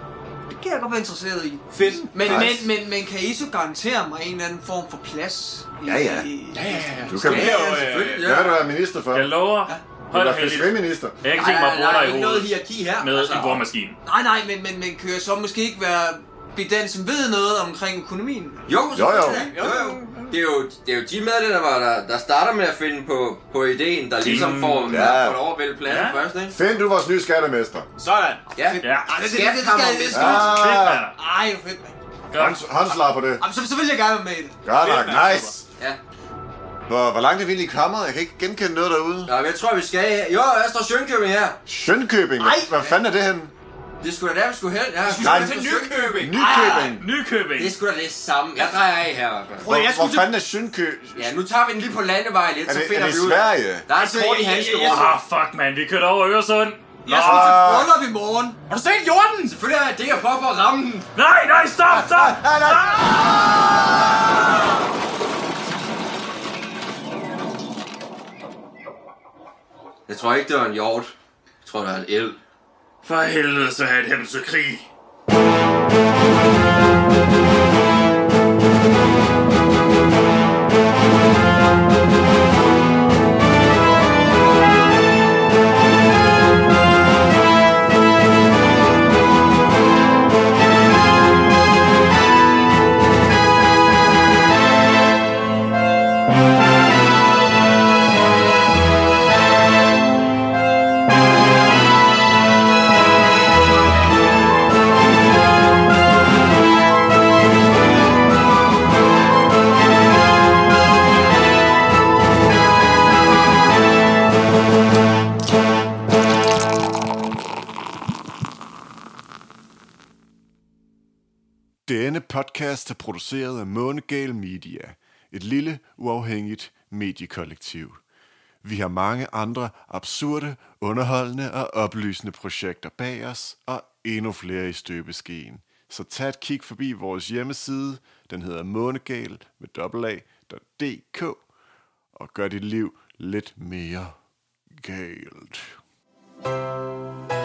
Speaker 5: det kan jeg godt være interesseret i.
Speaker 6: Fedt.
Speaker 5: Men,
Speaker 2: Nice.
Speaker 5: men, men, men kan I så garantere mig en eller anden form for plads? I,
Speaker 2: Ja, ja.
Speaker 5: i-
Speaker 6: Ja, ja, ja.
Speaker 2: Du kan
Speaker 6: Det er jo, øh,
Speaker 4: selvfølgelig.
Speaker 2: Hvad vil du være minister for?
Speaker 1: Jeg lover, Højt og
Speaker 2: var
Speaker 1: heldigt.
Speaker 2: fiskeriminister.
Speaker 1: Jeg kan
Speaker 4: Nej,
Speaker 1: tænke mig at
Speaker 4: nej,
Speaker 1: bruge
Speaker 4: nej,
Speaker 1: dig i
Speaker 4: ikke noget
Speaker 1: hovedet
Speaker 4: hierarki her.
Speaker 1: med
Speaker 4: altså.
Speaker 1: en boremaskine.
Speaker 5: Nej, nej, men, men, men kan jeg så måske ikke være blive den, som ved noget omkring økonomien?
Speaker 4: Jo,
Speaker 2: Jo, jo.
Speaker 4: jo, jo. Det er jo, det er jo de medlemmer, der, der starter med at finde på, på ideen, der ligesom
Speaker 1: Mm,
Speaker 4: får,
Speaker 2: ja.
Speaker 4: ja. får lov at vælge pladsen
Speaker 1: Ja.
Speaker 4: først, ikke?
Speaker 2: Find, du er vores nye skattemester.
Speaker 6: Sådan.
Speaker 4: Ja.
Speaker 1: Ja.
Speaker 5: Ej, det, det, det, det, skal, det skal,
Speaker 2: Ah,
Speaker 1: Fedt, mand.
Speaker 5: ej, hvor fedt, mand.
Speaker 1: Godt.
Speaker 2: hånds, håndslag på det.
Speaker 5: Jamen, så, så vil jeg gerne være med i det.
Speaker 2: Godt
Speaker 1: Fedt,
Speaker 2: nok,
Speaker 1: mand.
Speaker 2: nice.
Speaker 4: Ja.
Speaker 2: Hvor, hvor langt er vi egentlig kommet? Jeg kan ikke genkende noget derude.
Speaker 4: Nå, men jeg tror, vi skal her. Jo, der står Sjønkøbing her.
Speaker 2: Schønkøbing,
Speaker 5: Ej.
Speaker 2: hvad fanden er det henne?
Speaker 4: Det skulle da der, vi skulle hen. Ja,
Speaker 2: Nej,
Speaker 4: det er Nykøbing.
Speaker 2: Nykøbing.
Speaker 1: Nykøbing.
Speaker 4: Det er sgu da det samme. Jeg drejer af her, i hvert fald.
Speaker 2: Hvor,
Speaker 5: jeg
Speaker 2: hvor
Speaker 5: skulle til-
Speaker 2: fanden er Schønkø?
Speaker 4: Ja, nu tager vi den lige på landevej lidt,
Speaker 2: Er
Speaker 4: så
Speaker 2: det,
Speaker 4: finder
Speaker 2: er det
Speaker 4: vi
Speaker 2: i
Speaker 4: ud af.
Speaker 2: Sverige?
Speaker 4: Der er
Speaker 5: Altså,
Speaker 4: et kort i
Speaker 5: jeg-
Speaker 4: handske.
Speaker 5: jeg- jeg-
Speaker 1: Ah, fuck, man. Vi kørte over Øresund.
Speaker 5: Jeg skulle til
Speaker 2: Ah.
Speaker 5: bryllup i morgen.
Speaker 6: Har du set jorden?
Speaker 4: Selvfølgelig har jeg det, jeg prøver på at ramme den.
Speaker 1: Nej, nej, stop, stop.
Speaker 2: Nej, nej.
Speaker 4: Jeg tror ikke, det var en hjort. Jeg tror, det var en el.
Speaker 1: For helvede, så er det hemse krig.
Speaker 2: Denne podcast er produceret af Månegal Media, et lille, uafhængigt mediekollektiv. Vi har mange andre absurde, underholdende og oplysende projekter bag os, og endnu flere i støbeskeen. Så tag et kig forbi vores hjemmeside, den hedder månegal med dobbelt a punktum d k, og gør dit liv lidt mere galt.